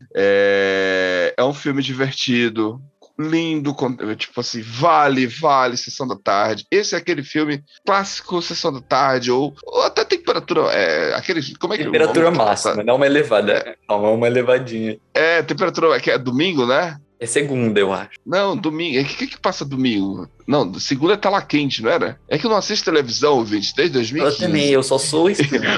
é um filme divertido, lindo, tipo assim, vale Sessão da Tarde. Esse é aquele filme clássico, Sessão da Tarde, ou até temperatura, como é que temperatura máxima, dá uma elevada, uma elevadinha. Temperatura, que é domingo, né? É segunda, eu acho. Não, domingo. O que passa domingo? Não, segunda é tela quente, não era? É que eu não assisto televisão, ouvinte, desde 2015. Eu também, eu só sou streaming.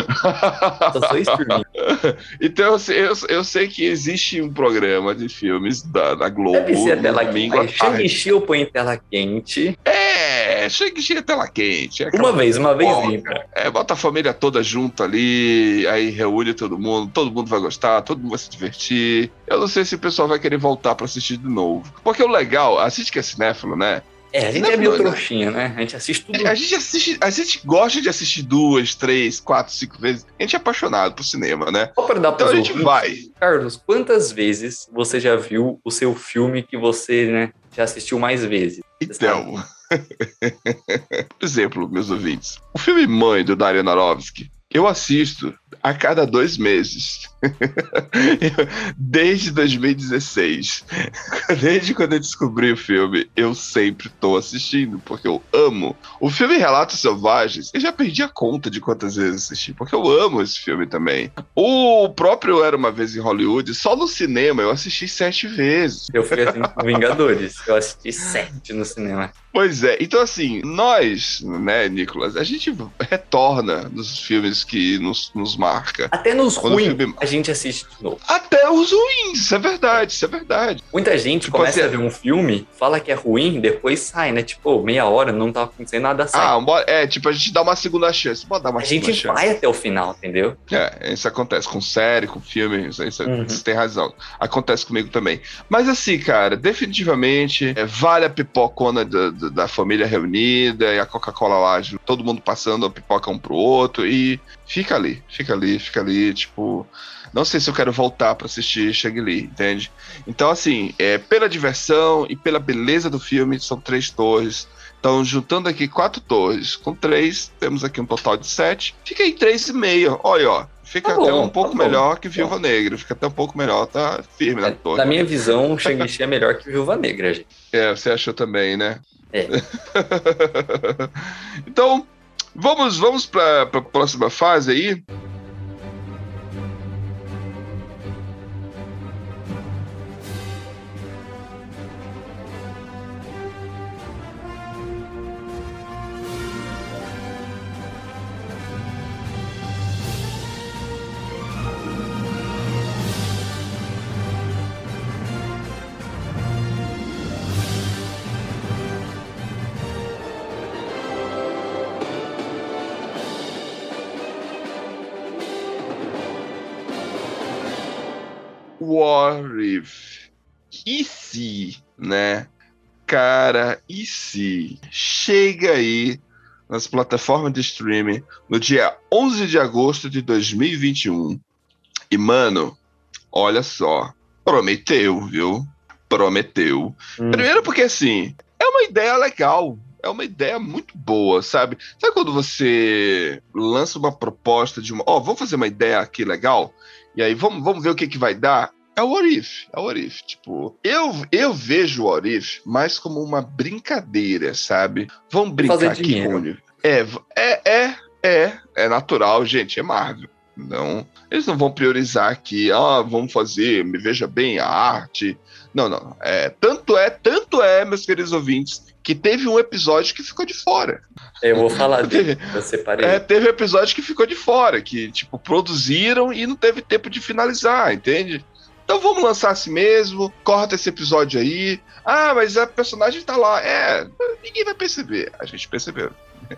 Então, eu sei que existe um programa de filmes da Globo. Deve ser a tela quente. Shang-Chi eu ponho em tela quente. Shang-Chi é tela quente. Uma vez limpa. Bota a família toda junto ali, aí reúne todo mundo vai gostar, todo mundo vai se divertir. Eu não sei se o pessoal vai querer voltar pra assistir de novo. Porque o legal, assiste que é cinéfilo, né? A gente é meio trouxinha, né? A gente assiste tudo. A gente gosta de assistir 2, 3, 4, 5 vezes. A gente é apaixonado por cinema, né? Só pra dar então a gente vai. Carlos, quantas vezes você já viu o seu filme que você, né, já assistiu mais vezes? Então, por exemplo, meus ouvintes, o filme Mãe, do Darren Aronofsky, Eu assisto a cada 2 meses. Desde 2016. Desde quando eu descobri o filme, eu sempre tô assistindo, porque eu amo. O filme Relatos Selvagens, eu já perdi a conta de quantas vezes assisti, porque eu amo esse filme também. O próprio Era Uma Vez em Hollywood, só no cinema eu assisti 7 vezes. Eu fui assim com Vingadores. Eu assisti 7 no cinema. Pois é, então assim, nós, né, Nicolas, a gente retorna nos filmes que nos marca. Até nos Quando o ruins, filme- a gente assiste de novo. Até os ruins, isso é verdade, isso é verdade. Muita gente Tipo começa assim, a ver um filme, fala que é ruim, depois sai, né? Tipo, meia hora, não tá acontecendo nada, sai. Tipo, a gente dá uma segunda chance, pode dar uma A segunda gente chance. vai até o final, entendeu? Isso acontece com série, com filme, Uhum. você tem razão. Acontece comigo também. Mas assim, cara, definitivamente vale a pipocona da família reunida e a Coca-Cola lá, todo mundo passando a pipoca um pro outro e fica ali, tipo... Não sei se eu quero voltar pra assistir Shang-Li, entende? Então, assim, pela diversão e pela beleza do filme, são 3 torres. Então, juntando aqui 4 torres com 3, temos aqui um total de 7. Fica em 3,5. Olha, ó. Fica Tá até bom, um pouco tá bom. melhor que Viúva Negra. Fica até um pouco melhor, tá firme na torre. Na minha visão, Shang-Chi é melhor que Viúva Negra, gente. Você achou também, né? É. Então, vamos pra próxima fase aí. What if? E se, né? Cara, e se chega aí nas plataformas de streaming no dia 11 de agosto de 2021 e, mano, olha só, prometeu, viu? Prometeu. Primeiro porque, assim, é uma ideia legal, é uma ideia muito boa, sabe? Sabe quando você lança uma proposta de vamos fazer uma ideia aqui legal? E aí, vamos ver o que vai dar? É o What If. Tipo, eu vejo o What If mais como uma brincadeira, sabe? Vamos brincar aqui dinheiro. com é natural, gente, é Marvel. Não, eles não vão priorizar aqui, vamos fazer, me veja bem, a arte. Não. Tanto é, meus queridos ouvintes, que teve um episódio que ficou de fora. Eu vou falar dele, eu separei. Teve um episódio que ficou de fora, que, tipo, produziram e não teve tempo de finalizar, entende? Então vamos lançar assim mesmo, corta esse episódio aí. Mas a personagem tá lá. Ninguém vai perceber. A gente percebeu.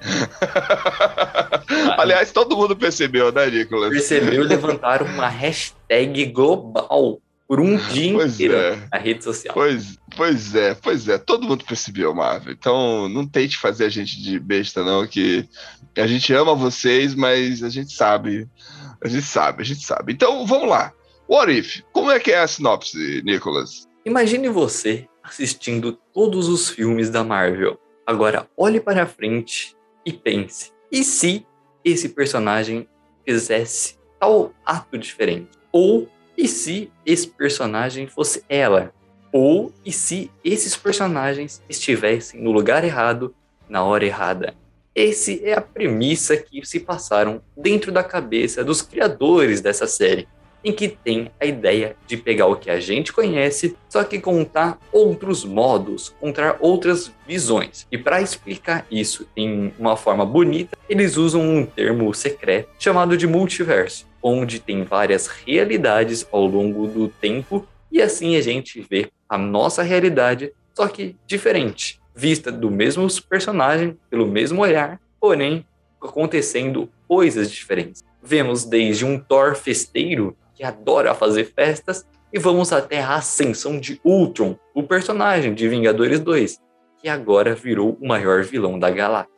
Aliás, todo mundo percebeu, né, Nicolas? Percebeu, levantaram uma hashtag global por um dia inteiro na rede social. Pois é. Todo mundo percebeu, Marvel. Então não tente fazer a gente de besta, não, que a gente ama vocês, mas a gente sabe. Então vamos lá. What If? Como é que é a sinopse, Nicolas? Imagine você assistindo todos os filmes da Marvel. Agora olhe para frente e pense. E se esse personagem fizesse tal ato diferente? Ou e se esse personagem fosse ela? Ou e se esses personagens estivessem no lugar errado, na hora errada? Essa é a premissa que se passaram dentro da cabeça dos criadores dessa série, em que tem a ideia de pegar o que a gente conhece, só que contar outros modos, contar outras visões. E para explicar isso em uma forma bonita, eles usam um termo secreto chamado de multiverso, onde tem várias realidades ao longo do tempo, e assim a gente vê a nossa realidade, só que diferente, vista do mesmo personagem, pelo mesmo olhar, porém acontecendo coisas diferentes. Vemos desde um Thor festeiro, que adora fazer festas, e vamos até a ascensão de Ultron, o personagem de Vingadores 2, que agora virou o maior vilão da galáxia.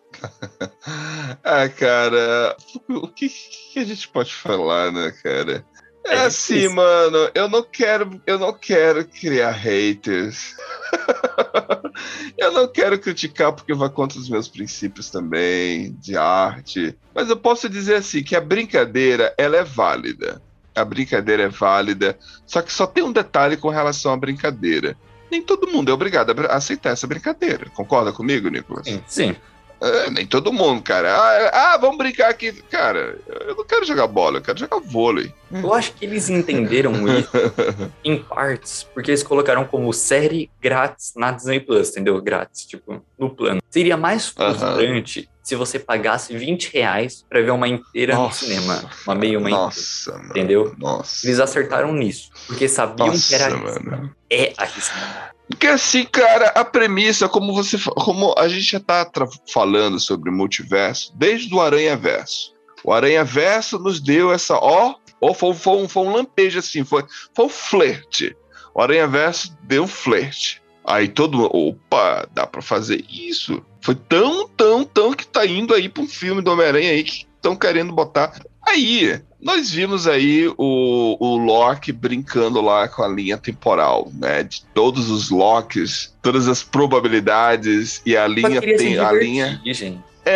Cara, o que a gente pode falar, né, cara? Assim, mano, eu não quero criar haters. Eu não quero criticar porque vai contra os meus princípios também, de arte. Mas eu posso dizer assim, que a brincadeira, ela é válida. A brincadeira é válida, só que só tem um detalhe com relação à brincadeira. Nem todo mundo é obrigado a aceitar essa brincadeira. Concorda comigo, Nicolas? Sim. Nem todo mundo, cara. Vamos brincar aqui. Cara, eu não quero jogar bola, eu quero jogar vôlei. Eu acho que eles entenderam isso em partes, porque eles colocaram como série grátis na Disney Plus, entendeu? Grátis, tipo, no plano. Seria mais frustrante se você pagasse R$20 pra ver uma inteira no cinema. Uma inteira. Nossa, mano. Entendeu? Nossa. Eles acertaram nisso, porque sabiam que era mano. É arriscado. Porque assim, cara, a premissa, como a gente já tá falando sobre multiverso, desde o Aranhaverso. O Aranhaverso nos deu essa, foi um lampejo assim, foi um flerte. O Aranhaverso deu um flerte. Aí todo mundo, opa, dá pra fazer isso. Foi tão que tá indo aí pra um filme do Homem-Aranha aí que estão querendo botar. Aí, nós vimos aí o Loki brincando lá com a linha temporal, né? De todos os Lokis, todas as probabilidades, e a linha tem a linha. Gente.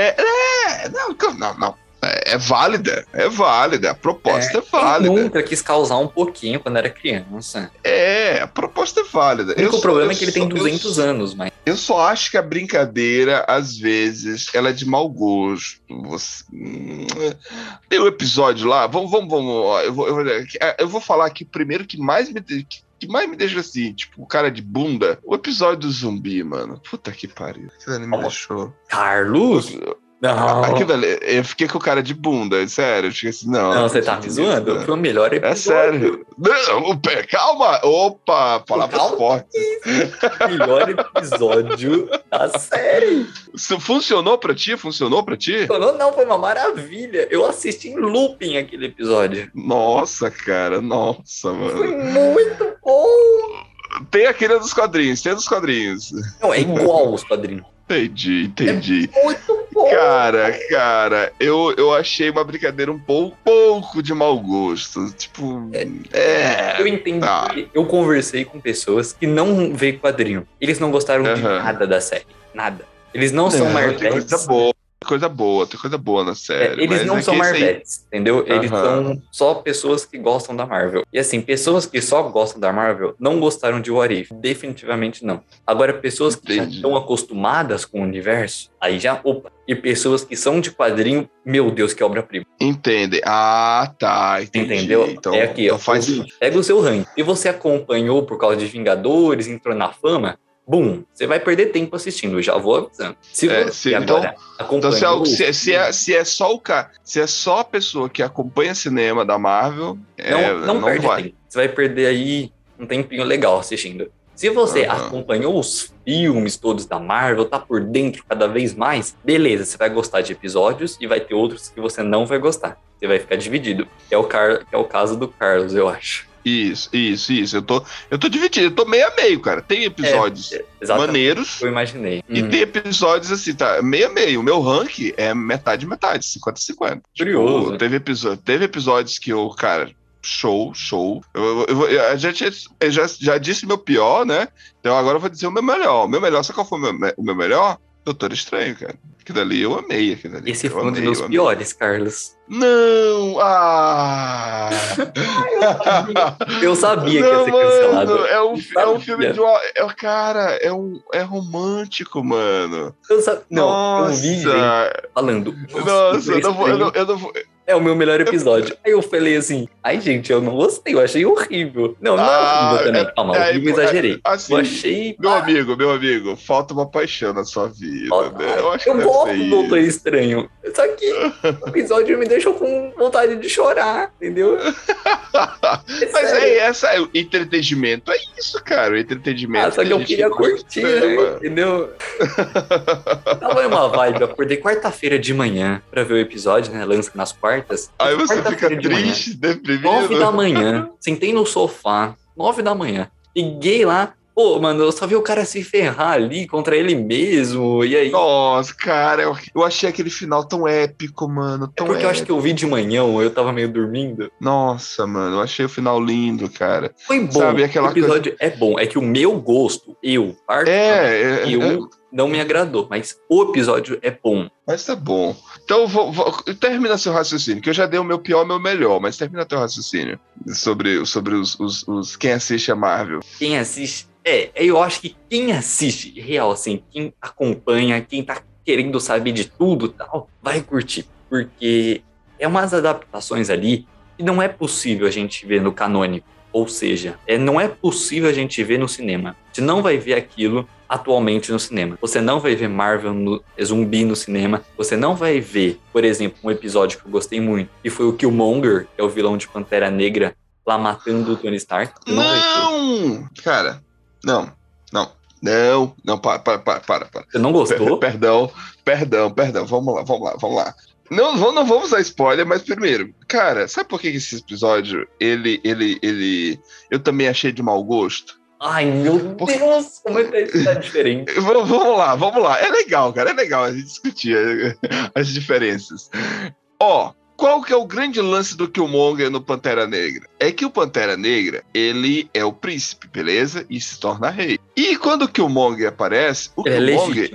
Não. É válida, a proposta é válida. Eu nunca quis causar um pouquinho quando era criança. A proposta é válida. O único problema é que ele tem 200 anos, mas... Eu só acho que a brincadeira, às vezes, ela é de mau gosto. Tem um episódio lá, vamos, eu vou falar aqui primeiro que mais me deixa assim, tipo, o cara de bunda. O episódio do zumbi, mano. Puta que pariu. Aquilo ali me deixou. Carlos? Não. Aquilo ali, eu fiquei com o cara de bunda, sério. Eu fiquei assim, não. Não, você tá me zoando? Foi o melhor episódio. É sério. Não, calma. Opa, palavras fortes. Melhor episódio da série. Funcionou pra ti? Funcionou, não, foi uma maravilha. Eu assisti em looping aquele episódio. Nossa, cara, mano. Foi muito bom. Tem aquele dos quadrinhos, Não, é igual os quadrinhos. Entendi. É muito bom. Cara, eu achei uma brincadeira um pouco de mau gosto. Tipo, eu entendi. Eu conversei com pessoas que não vê quadrinho. Eles não gostaram de nada da série. Nada. Eles não são Marvetes. Tem coisa boa na série. Eles não são Marvetes, entendeu? Eles são só pessoas que gostam da Marvel. E assim, pessoas que só gostam da Marvel não gostaram de What If. Definitivamente não. Agora, pessoas que já estão acostumadas com o universo, aí já, opa. E pessoas que são de quadrinho, meu Deus, que obra-prima. Entendem. Tá, entendi. Entendeu? Então, é aqui, pega o seu ranking. Se você acompanhou por causa de Vingadores, entrou na fama, você vai perder tempo assistindo, já vou avisando. Se você agora acompanha... Se é só a pessoa que acompanha cinema da Marvel, não perde vai. tempo. Você vai perder aí um tempinho legal assistindo. Se você acompanhou os filmes todos da Marvel, tá por dentro cada vez mais, beleza, você vai gostar de episódios e vai ter outros que você não vai gostar. Você vai ficar dividido. É o caso do Carlos, eu acho. Isso. Eu tô dividido, eu tô meio a meio, cara. Tem episódios maneiros. Eu imaginei. E tem episódios assim, tá? Meio a meio. O meu ranking é metade, 50-50. Curioso. Tipo, teve episódios que eu, cara, show. Eu já disse meu pior, né? Então agora eu vou dizer o meu melhor. O meu melhor, sabe qual foi o meu melhor? Doutor Estranho, cara. Aquilo ali eu amei. Esse foi um dos meus piores, Carlos. Não! Eu sabia que ia ser cancelado. Mano, é um filme de... Cara, é romântico, mano. Eu vi gente falando. Nossa, eu não vou... É o meu melhor episódio. Aí eu falei assim, gente, eu não gostei, eu achei horrível. Não é horrível também. Calma, eu exagerei. Assim, eu achei... Meu amigo, falta uma paixão na sua vida, né? Eu gosto do Doutor Estranho. Só que o episódio me deixou com vontade de chorar, entendeu? Mas entretenimento é isso, cara. O entretenimento. Só que eu queria curtir, né? Entendeu? Tava em uma vibe, eu acordei quarta-feira de manhã pra ver o episódio, né? Lança nas quartas. Aí você fica triste, deprimido. 9 da manhã, sentei no sofá, 9 da manhã. Liguei lá, Pô, mano, eu só vi o cara se ferrar ali contra ele mesmo, e aí... Nossa, cara, eu achei aquele final tão épico, mano, É tão porque eu acho épico. que eu vi de manhã, eu tava meio dormindo. Nossa, mano, eu achei o final lindo, cara. Foi bom, Sabe, o aquela coisa... episódio é bom. É que o meu gosto, particularmente, não me agradou. Mas o episódio é bom. Mas tá bom. Então, termina seu raciocínio, que eu já dei o meu pior e o meu melhor, mas termina teu raciocínio sobre os quem assiste a Marvel. Quem assiste... eu acho que quem assiste, real, assim, quem acompanha, quem tá querendo saber de tudo e tal, vai curtir. Porque é umas adaptações ali que não é possível a gente ver no canônico. Ou seja, não é possível a gente ver no cinema. Você não vai ver aquilo atualmente no cinema. Você não vai ver Marvel zumbi no cinema. Você não vai ver, por exemplo, um episódio que eu gostei muito, que foi o Killmonger, que é o vilão de Pantera Negra, lá matando o Tony Stark. Não! Cara, não, para. Você não gostou? Perdão, vamos lá. Não vamos usar spoiler, mas primeiro, cara, sabe por que esse episódio, eu também achei de mau gosto? Ai, meu Deus, como é que tá diferente? Vamos lá. É legal, cara, é legal a gente discutir as diferenças. Qual que é o grande lance do Killmonger no Pantera Negra? É que o Pantera Negra, ele é o príncipe, beleza? E se torna rei. E quando o Killmonger aparece, o Killmonger,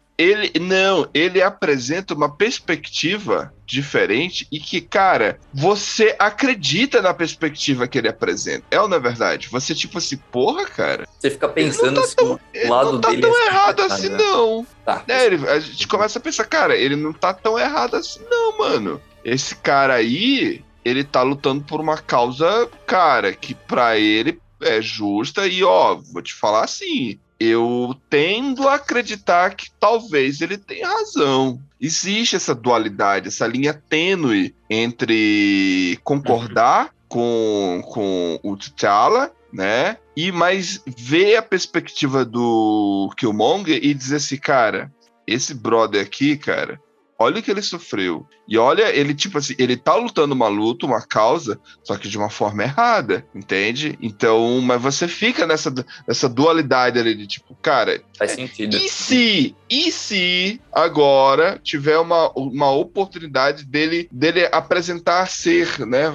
ele apresenta uma perspectiva diferente e que, cara, você acredita na perspectiva que ele apresenta. É ou não é verdade? Você, tipo assim, porra, cara. Você fica pensando se o lado dele não tá tão errado assim, não. Tá. A gente começa a pensar, cara, ele não tá tão errado assim, não, mano. Esse cara aí, ele tá lutando por uma causa, cara, que pra ele é justa e, vou te falar assim, eu tendo a acreditar que talvez ele tenha razão. Existe essa dualidade, essa linha tênue entre concordar com o T'Challa, né, mas ver a perspectiva do Killmonger e dizer assim, cara, esse brother aqui, cara, olha o que ele sofreu. E olha, ele, tipo assim, ele tá lutando uma luta, uma causa, só que de uma forma errada, entende? Então, mas você fica nessa dualidade ali de tipo, cara... Faz sentido. E se agora tiver uma oportunidade dele apresentar ser, né,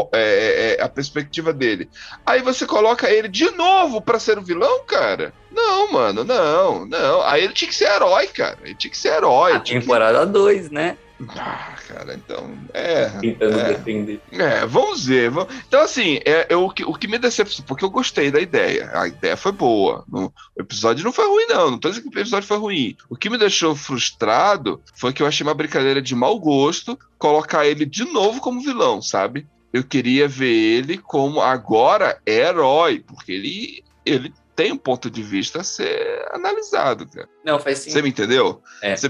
a perspectiva dele. Aí você coloca ele de novo pra ser o vilão, cara? Não, mano, não. Aí ele tinha que ser herói, cara. Ele tinha que ser herói. A temporada 2, né? Cara, então... Tentando defender. Vamos ver. Então, assim, o que me decepcionou, porque eu gostei da ideia. A ideia foi boa. O episódio não foi ruim, não. Não tô dizendo que o episódio foi ruim. O que me deixou frustrado foi que eu achei uma brincadeira de mau gosto colocar ele de novo como vilão, sabe? Eu queria ver ele como agora herói, porque ele tem um ponto de vista a ser analisado, cara. Não, faz sentido. Você me entendeu? Você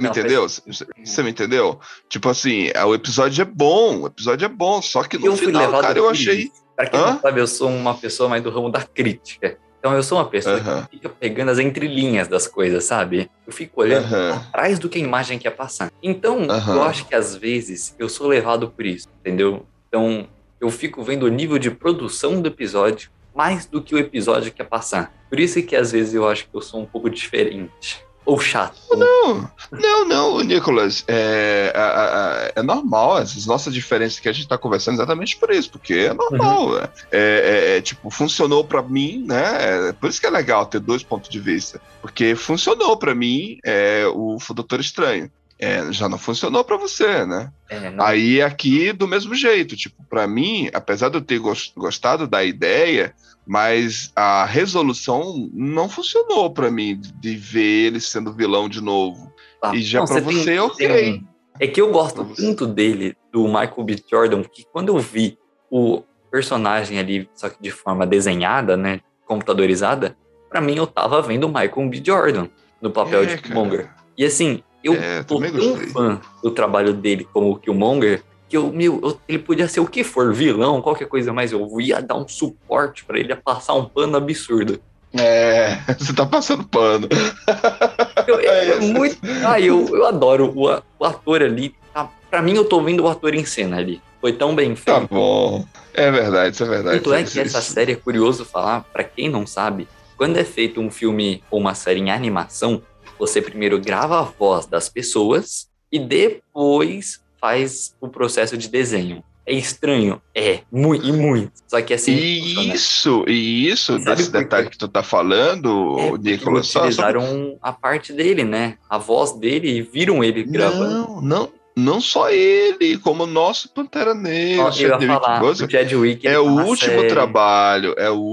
me entendeu? Tipo assim, o episódio é bom, só que no final, cara, eu achei... Pra quem não sabe, eu sou uma pessoa mais do ramo da crítica. Então eu sou uma pessoa que fica pegando as entrelinhas das coisas, sabe? Eu fico olhando atrás do que a imagem quer passar. Então, eu acho que às vezes eu sou levado por isso, entendeu? Então, eu fico vendo o nível de produção do episódio mais do que o episódio quer passar. Por isso que às vezes eu acho que eu sou um pouco diferente. Ou chato. Não, Nicolas. É normal. Essas nossas diferenças que a gente tá conversando exatamente por isso, porque é normal. Tipo, funcionou pra mim, né? Por isso que é legal ter dois pontos de vista. Porque funcionou pra mim o Doutor Estranho. Já não funcionou pra você, né? Aí aqui do mesmo jeito, tipo, pra mim, apesar de eu ter gostado da ideia, mas a resolução não funcionou pra mim de ver ele sendo vilão de novo. E já pra você, ok. É que eu gosto tanto dele, do Michael B. Jordan, que quando eu vi o personagem ali, só que de forma desenhada, né, computadorizada, pra mim eu tava vendo o Michael B. Jordan no papel de Killmonger. E assim, eu tô tão fã do trabalho dele como o Killmonger que ele podia ser o que for, vilão, qualquer coisa mais, eu ia dar um suporte pra ele, passar um pano absurdo. Você tá passando pano. Eu adoro o ator ali. Pra mim, eu tô vendo o ator em cena ali. Foi tão bem feito. Tá bom. É verdade, isso é verdade. Tanto é que essa série é curioso falar, pra quem não sabe, quando é feito um filme ou uma série em animação, você primeiro grava a voz das pessoas e depois faz o processo de desenho. É estranho? É, muito. Só que assim funciona. Isso, Sabe desse por quê? detalhe que tu tá falando, É porque Nicolas, utilizaram a parte dele, né? A voz dele e viram ele gravando. Não só ele, como o nosso Pantera Negra, Ó, eu ia Chadwick falar, o Boseman, Chadwick, ele é tá o na último série. trabalho,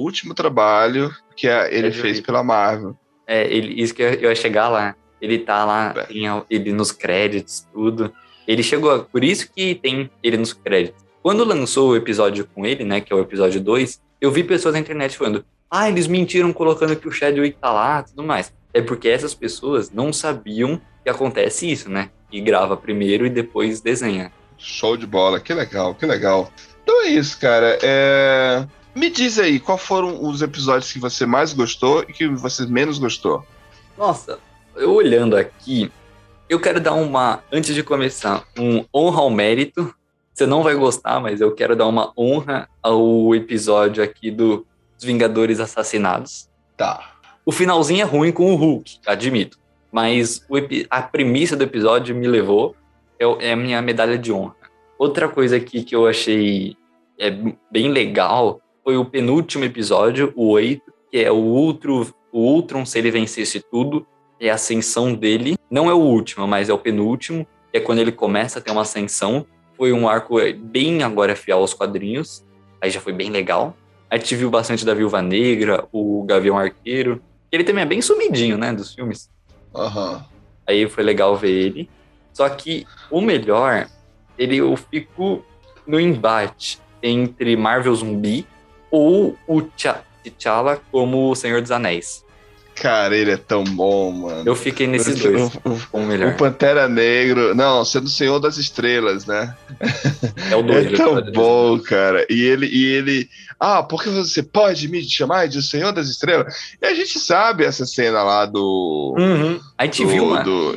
que ele Chadwick. fez pela Marvel. Isso que eu ia chegar lá. Ele tá lá, tem ele nos créditos, tudo. Ele chegou, por isso que tem ele nos créditos. Quando lançou o episódio com ele, né, que é o episódio 2, eu vi pessoas na internet falando, eles mentiram colocando que o Chadwick tá lá, tudo mais. É porque essas pessoas não sabiam que acontece isso, né? Que grava primeiro e depois desenha. Show de bola, que legal. Então é isso, cara. Me diz aí, qual foram os episódios que você mais gostou e que você menos gostou? Nossa, eu olhando aqui, eu quero dar antes de começar, honra ao mérito. Você não vai gostar, mas eu quero dar uma honra ao episódio aqui dos Vingadores Assassinados. Tá. O finalzinho é ruim com o Hulk, admito. Mas a premissa do episódio me levou, é a minha medalha de honra. Outra coisa aqui que eu achei bem legal foi o penúltimo episódio, o 8, que é o Ultron, se ele vencesse tudo, é a ascensão dele. Não é o último, mas é o penúltimo, é quando ele começa a ter uma ascensão. Foi um arco bem agora fiel aos quadrinhos, aí já foi bem legal. A gente viu bastante da Viúva Negra, o Gavião Arqueiro. Ele também é bem sumidinho, né, dos filmes. Uhum. Aí foi legal ver ele. Só que o melhor, eu fico no embate entre Marvel Zumbi ou o T'Challa como o Senhor dos Anéis. Cara, ele é tão bom, mano. Eu fiquei nesses dois, como melhor. O Pantera Negro... Não, sendo o Senhor das Estrelas, né? É o 2. É tão bom, cara. E ele... porque você pode me chamar de Senhor das Estrelas? E a gente sabe essa cena lá do... Uhum. A gente viu, mano.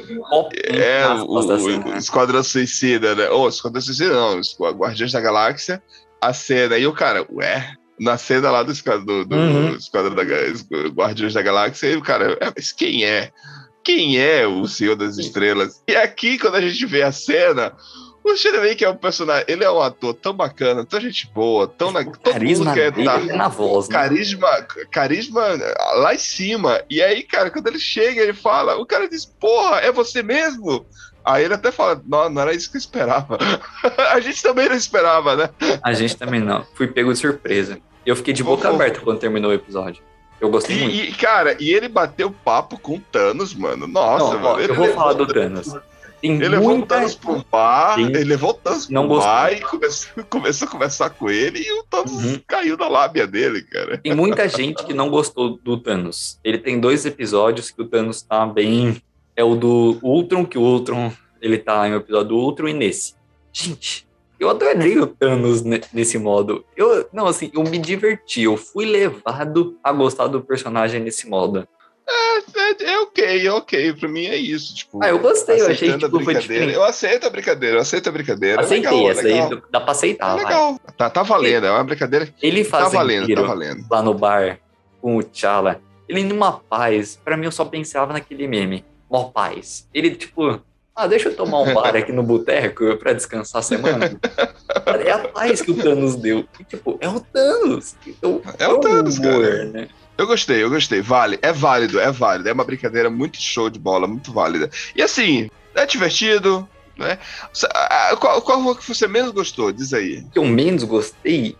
O Esquadrão Suicida, né? Esquadrão Suicida não, Guardiões da Galáxia. A cena. E o cara, na cena lá do Esquadrão Guardiões da Galáxia, e o cara, mas quem é? Quem é o Senhor das Estrelas? E aqui, quando a gente vê a cena, o Chadwick é um personagem, ele é um ator tão bacana, tão gente boa, todo carisma mundo quer estar na voz, né? Carisma lá em cima. E aí, cara, quando ele chega, ele fala, o cara diz, porra, é você mesmo? Aí ele até fala, não era isso que eu esperava. A gente também não esperava, né? A gente também não. Fui pego de surpresa. Eu fiquei de boca aberta quando terminou o episódio. Eu gostei muito. E, cara, ele bateu papo com o Thanos, mano. Nossa, mano. Eu vou falar do Thanos. Ele levou o Thanos pro bar, Sim. ele levou o Thanos pro bar e começou a conversar com ele e o Thanos caiu na lábia dele, cara. Tem muita gente que não gostou do Thanos. Ele tem 2 episódios que o Thanos tá bem... É o do Ultron, que o Ultron, ele tá em um episódio do Ultron e nesse. Gente, eu adorei o Thanos nesse modo. Eu me diverti, eu fui levado a gostar do personagem nesse modo. É ok, pra mim é isso, tipo... eu gostei, eu achei que foi diferente. Eu aceito a brincadeira. Aceitei, legal, essa aí dá pra aceitar. É legal, tá valendo, é uma brincadeira. Ele tá valendo. Lá no bar, com o T'Challa, ele numa paz, pra mim eu só pensava naquele meme, mó paz. Ele tipo... deixa eu tomar um bar aqui no boteco pra descansar a semana. É a paz que o Thanos deu. E, tipo, é o Thanos. Então, é o Thanos, humor, cara. Né? Eu gostei. É válido. É uma brincadeira muito show de bola, muito válida. E assim, é divertido, né? Qual que você menos gostou? Diz aí. O que eu menos gostei?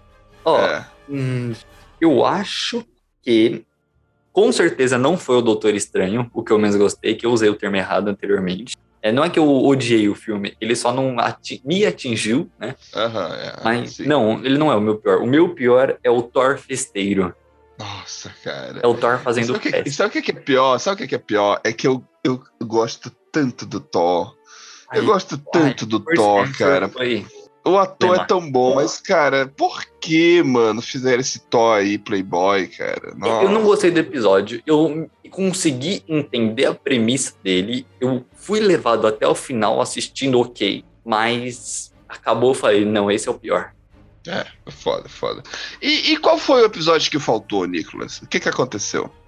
Eu acho que com certeza não foi o Doutor Estranho, o que eu menos gostei, que eu usei o termo errado anteriormente. Não é que eu odiei o filme, ele só não me atingiu, né? Mas sim. Não, ele não é o meu pior. O meu pior é o Thor festeiro. Nossa, cara. É o Thor fazendo festa. Sabe o que é pior? É que eu gosto tanto do Thor. Eu gosto tanto do Thor, cara. O ator é tão bom, mas, cara, por que, mano, fizeram esse Thor aí, Playboy, cara? Nossa. Eu não gostei do episódio. Eu consegui entender a premissa dele. Eu fui levado até o final assistindo ok. Mas acabou, eu falei, não, esse é o pior. Foda. E qual foi o episódio que faltou, Nicolas? O que aconteceu?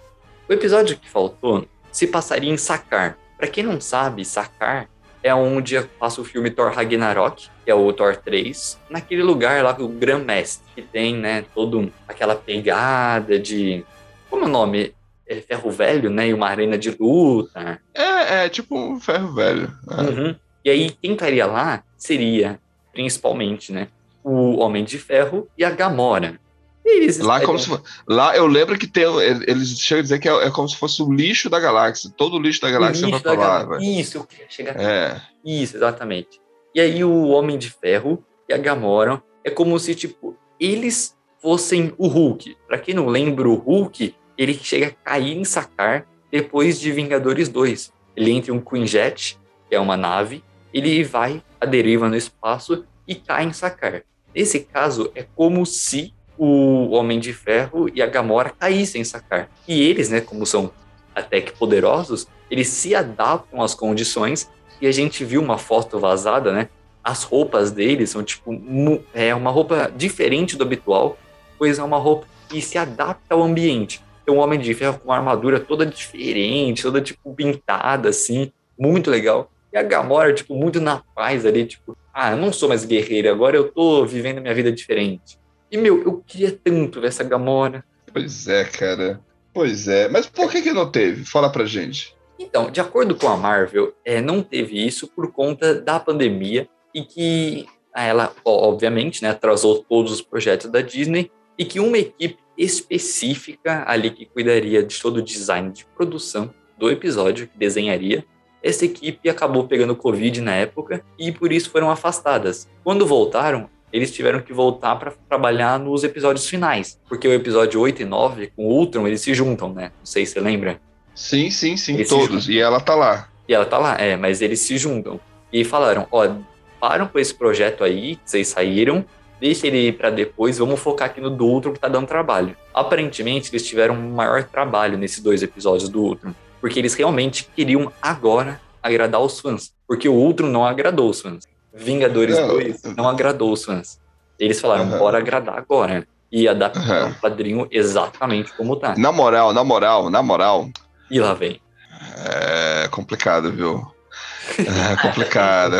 O episódio que faltou se passaria em Sakaar. Pra quem não sabe, Sakaar é onde passa o filme Thor Ragnarok, que é o Thor 3, naquele lugar lá com o Grã-Mestre, que tem, né, toda aquela pegada de... Como é o nome? É Ferro Velho, né? E uma arena de luta. É tipo um ferro velho. Uhum. E aí, quem estaria lá seria, principalmente, né, o Homem de Ferro e a Gamora. Eles Lá, estariam... lá eu lembro que tem, eles chegam a dizer que é como se fosse o lixo da galáxia. Todo o lixo da O galáxia vai lixo pra da lá, galáxia. velho. Isso, eu queria chegar. É. Isso, exatamente. E aí o Homem de Ferro e a Gamora é como se, tipo, eles fossem o Hulk. Pra quem não lembra, o Hulk, ele chega a cair em Sakaar depois de Vingadores 2. Ele entra em um Quinjet, que é uma nave, ele vai à deriva no espaço e cai em Sakaar. Nesse caso, é como se o Homem de Ferro e a Gamora caíssem em Sakaar. E eles, né, como são até que poderosos, eles se adaptam às condições. E a gente viu uma foto vazada, né? As roupas deles são tipo uma roupa diferente do habitual, pois é uma roupa que se adapta ao ambiente. Então o Homem de Ferro com uma armadura toda diferente, toda tipo pintada assim, muito legal. E a Gamora tipo muito na paz ali, tipo, eu não sou mais guerreira, agora eu tô vivendo minha vida diferente. E meu, eu queria tanto ver essa Gamora. Pois é, cara. Pois é. Mas por que não teve? Fala pra gente. Então, de acordo com a Marvel, não teve isso por conta da pandemia e que ela, obviamente, né, atrasou todos os projetos da Disney e que uma equipe específica ali que cuidaria de todo o design de produção do episódio, que desenharia, essa equipe acabou pegando Covid na época e por isso foram afastadas. Quando voltaram, eles tiveram que voltar para trabalhar nos episódios finais, porque o episódio 8 e 9 com o Ultron, eles se juntam, né? Não sei se você lembra. Sim, Eles todos. E ela tá lá. E ela tá lá, mas eles se juntam. E falaram, param com esse projeto aí, que vocês saíram, deixa ele pra depois, vamos focar aqui no do Ultron que tá dando trabalho. Aparentemente, eles tiveram um maior trabalho nesses 2 episódios do Ultron, porque eles realmente queriam agora agradar os fãs, porque o Ultron não agradou os fãs. Vingadores 2 não agradou os fãs. Eles falaram, bora agradar agora. E adaptaram o quadrinho exatamente como tá. Na moral. E lá vem. É complicado, viu? É complicado.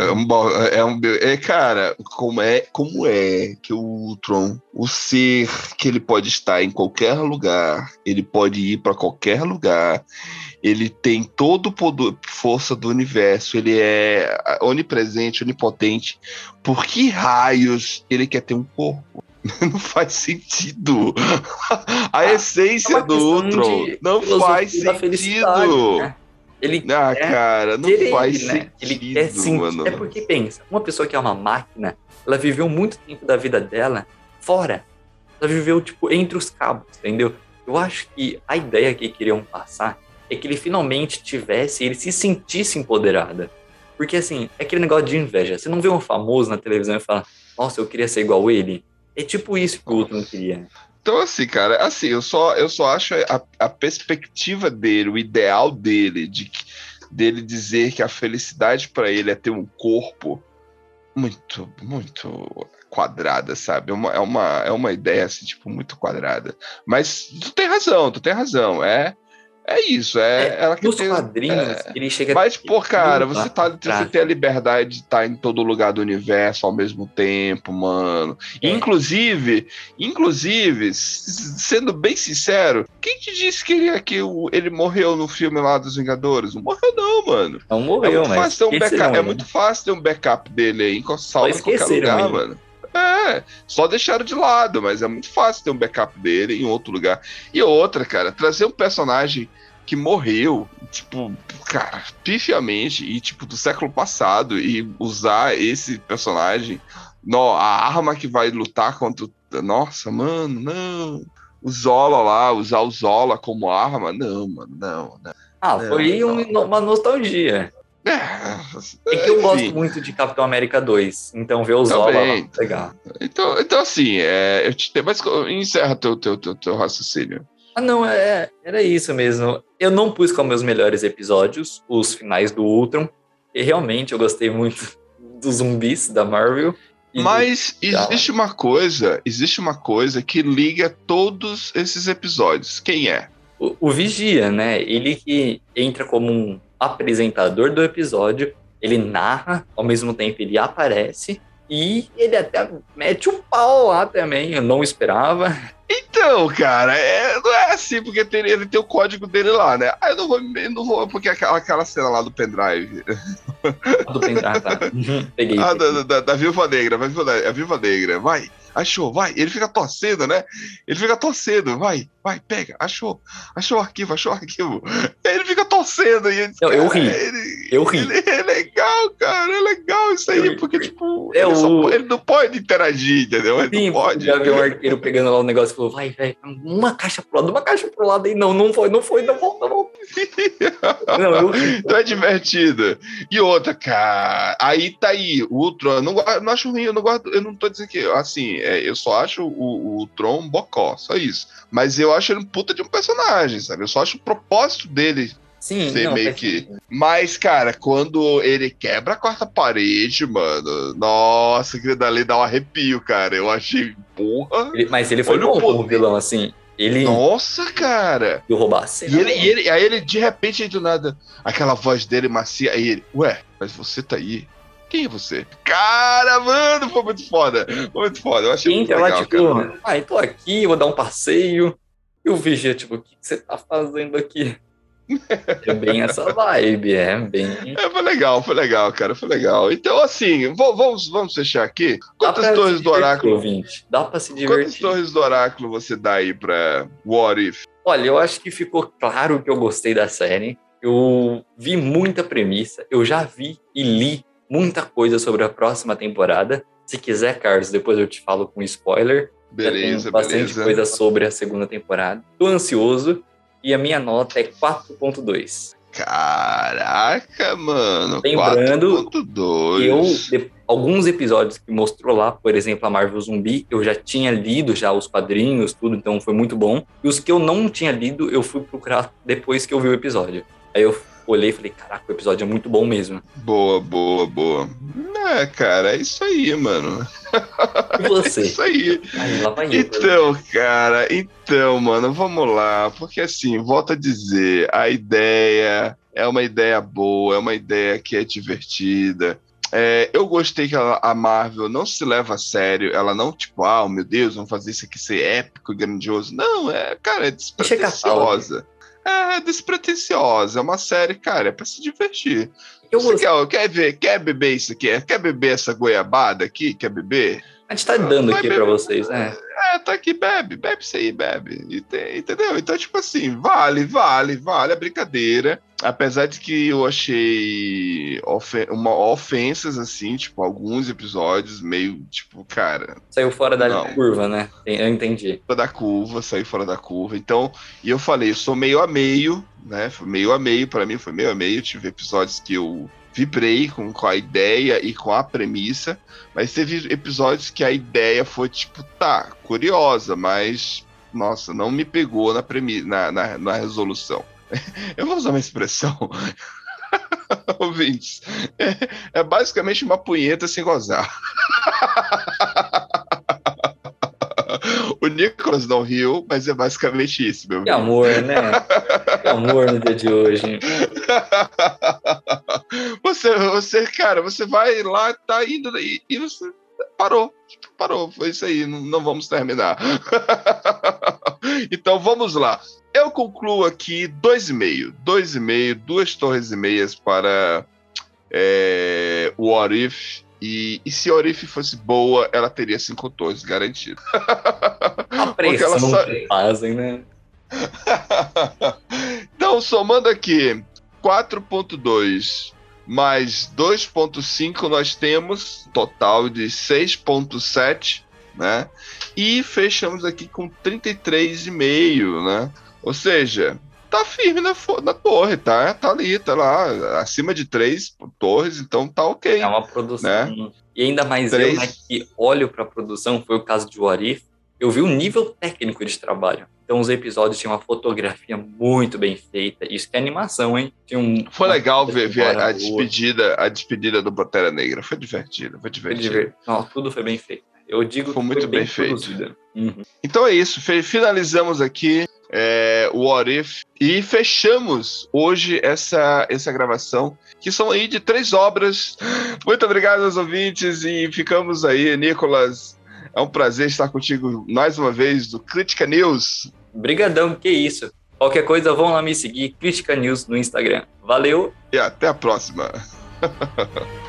Cara, como é que o Ultron, o ser que ele pode estar em qualquer lugar, ele pode ir para qualquer lugar, ele tem todo o poder, força do universo, ele é onipresente, onipotente. Por que raios ele quer ter um corpo? Não faz sentido. A essência do Ultron não faz sentido. Né? Ele cara, não faz sentido, né? Ele quer sentir. mano. É porque pensa, uma pessoa que é uma máquina, ela viveu muito tempo da vida dela fora. Ela viveu, tipo, entre os cabos, entendeu? Eu acho que a ideia que queriam passar é que ele finalmente ele se sentisse empoderada. Porque, assim, é aquele negócio de inveja. Você não vê um famoso na televisão e fala, nossa, eu queria ser igual ele. É tipo isso que o Ultron queria. Então, assim, cara, assim, eu só acho a perspectiva dele, o ideal dele, dele dizer que a felicidade para ele é ter um corpo muito, muito quadrada, sabe? É uma ideia, assim, tipo, muito quadrada. Mas tu tem razão, é isso, ela que nos tem... quadrinhos, ele chega... Mas, pô, cara, você tem a liberdade de estar em todo lugar do universo ao mesmo tempo, mano. Inclusive, sendo bem sincero, quem te disse que ele morreu no filme lá dos Vingadores? Não morreu não, mano. Não morreu, mas... É muito fácil ter um backup dele aí, salvo em qualquer lugar, mano. Só deixaram de lado, mas é muito fácil ter um backup dele em outro lugar. E outra, cara, trazer um personagem que morreu, tipo, cara, pifiamente, e tipo, do século passado, e usar esse personagem, a arma que vai lutar contra... Nossa, mano, não. O Zola lá, usar o Zola como arma, não, mano, não. Foi uma nostalgia. É que eu gosto muito de Capitão América 2, então ver o Zola lá, legal. Então assim, mas encerra teu raciocínio. Não, era isso mesmo. Eu não pus como meus melhores episódios os finais do Ultron, e realmente eu gostei muito dos zumbis da Marvel. Mas existe uma coisa que liga todos esses episódios. Quem é? o Vigia, né? Ele que entra como um apresentador do episódio, ele narra, ao mesmo tempo ele aparece e ele até mete um pau lá também, eu não esperava. Então, cara, não é assim, porque ele tem o código dele lá, né? Ah, eu não vou porque aquela cena lá do pendrive. Do pendrive, tá? Peguei. Da Viúva Negra, a Viúva Negra, vai, achou, vai. Ele fica torcendo, né? Ele fica torcendo, vai, pega, achou o arquivo. Aí ele fica torcendo e ele, não, cara, eu ri. Ele é legal, cara, é legal isso aí, porque, tipo, ele não pode interagir, entendeu? Ele não pode. Já viu um arqueiro pegando lá o negócio e falou, vai, uma caixa pro lado, aí não foi, não volta. Não, eu ri. Então é divertido. E outra, cara, aí tá aí, o Ultron, não acho ruim, eu não tô dizendo que, assim, eu só acho o Ultron um bocó, só isso. Mas eu acho ele um puta de um personagem, sabe? Eu só acho o propósito dele ser meio que... Mas, cara, quando ele quebra a quarta parede, mano, nossa, aquele dali dá um arrepio, cara. Eu achei, porra... Mas ele foi bom como vilão, assim. Nossa, cara! E roubar a cena. E aí ele, de repente, do nada, aquela voz dele macia, aí ele, ué, mas você tá aí? Quem é você? Cara, mano, foi muito foda. Eu achei muito legal, lá, tipo, cara. Tô aqui, vou dar um passeio. E o Vigia, tipo, o que você tá fazendo aqui? É bem essa vibe, bem... Foi legal, cara, foi legal. Então, assim, vamos fechar aqui. Quantas torres do oráculo? Ouvinte? Dá pra se divertir. Quantas torres do oráculo você dá aí pra What If? Olha, eu acho que ficou claro que eu gostei da série. Eu vi muita premissa, eu já vi e li muita coisa sobre a próxima temporada. Se quiser, Carlos, depois eu te falo com spoiler. Beleza, bastante coisa sobre a segunda temporada. Tô ansioso e a minha nota é 4.2. Caraca, mano. Lembrando 4.2. Alguns episódios que mostrou lá, por exemplo, a Marvel Zumbi, eu já tinha lido já os quadrinhos, tudo, então foi muito bom. E os que eu não tinha lido, eu fui procurar depois que eu vi o episódio. Aí eu olhei e falei, caraca, o episódio é muito bom mesmo. Boa. Cara, é isso aí, mano. E você? É isso aí. Lá vai Então, mano, vamos lá. Porque assim, volto a dizer, a ideia é uma ideia boa, é uma ideia que é divertida. Eu gostei que a Marvel não se leva a sério, ela não, tipo, meu Deus, vamos fazer isso aqui ser épico e grandioso. Não, cara, é despretensiosa. É despretensiosa, é uma série, cara, é pra se divertir. Quer beber isso aqui? Quer beber essa goiabada aqui? Quer beber? A gente tá dando aqui pra vocês, né? Tá aqui, bebe isso aí, bebe. Entendeu? Então, tipo assim, vale a brincadeira. Apesar de que eu achei ofensas, assim, tipo, alguns episódios meio, tipo, cara... Saiu fora da curva, né? Eu entendi. Saiu fora da curva. Então, e eu falei, eu sou meio a meio, né? Foi meio a meio, pra mim foi meio a meio. Tive episódios que eu vibrei com a ideia e com a premissa, mas teve episódios que a ideia foi, tipo, curiosa, mas, nossa, não me pegou na resolução. Eu vou usar uma expressão, ouvintes, é basicamente uma punheta sem gozar. O Nicolas não riu, mas é basicamente isso, meu Que amor, né? Que amor no dia de hoje. Você vai lá, tá indo e você parou, foi isso aí, não vamos terminar. Então vamos lá. Eu concluo aqui 2,5, 2 torres e meias para o What If. E se a What If fosse boa, ela teria 5 torres, garantido. A pressão que fazem, né? Então, somando aqui 4.2 mais 2.5, nós temos total de 6.7, né? E fechamos aqui com 33,5, né? Ou seja, tá firme na torre, tá ali, tá lá, acima de 3 torres, então tá ok. É uma produção, né? E ainda mais 3... eu, né, que olho pra produção, foi o caso de What If, eu vi o nível técnico de trabalho. Então os episódios tinham uma fotografia muito bem feita, isso que é animação, hein? Foi legal ver a despedida do Pantera Negra, foi divertido. Não, tudo foi bem feito. Eu digo foi muito bem feito. Uhum. Então é isso, finalizamos aqui o What If, e fechamos hoje essa gravação, que são aí de 3 obras. Muito obrigado aos ouvintes e ficamos aí, Nicolas. É um prazer estar contigo mais uma vez do Crítica News. Brigadão, que isso. Qualquer coisa, vão lá me seguir, Crítica News no Instagram. Valeu! E até a próxima.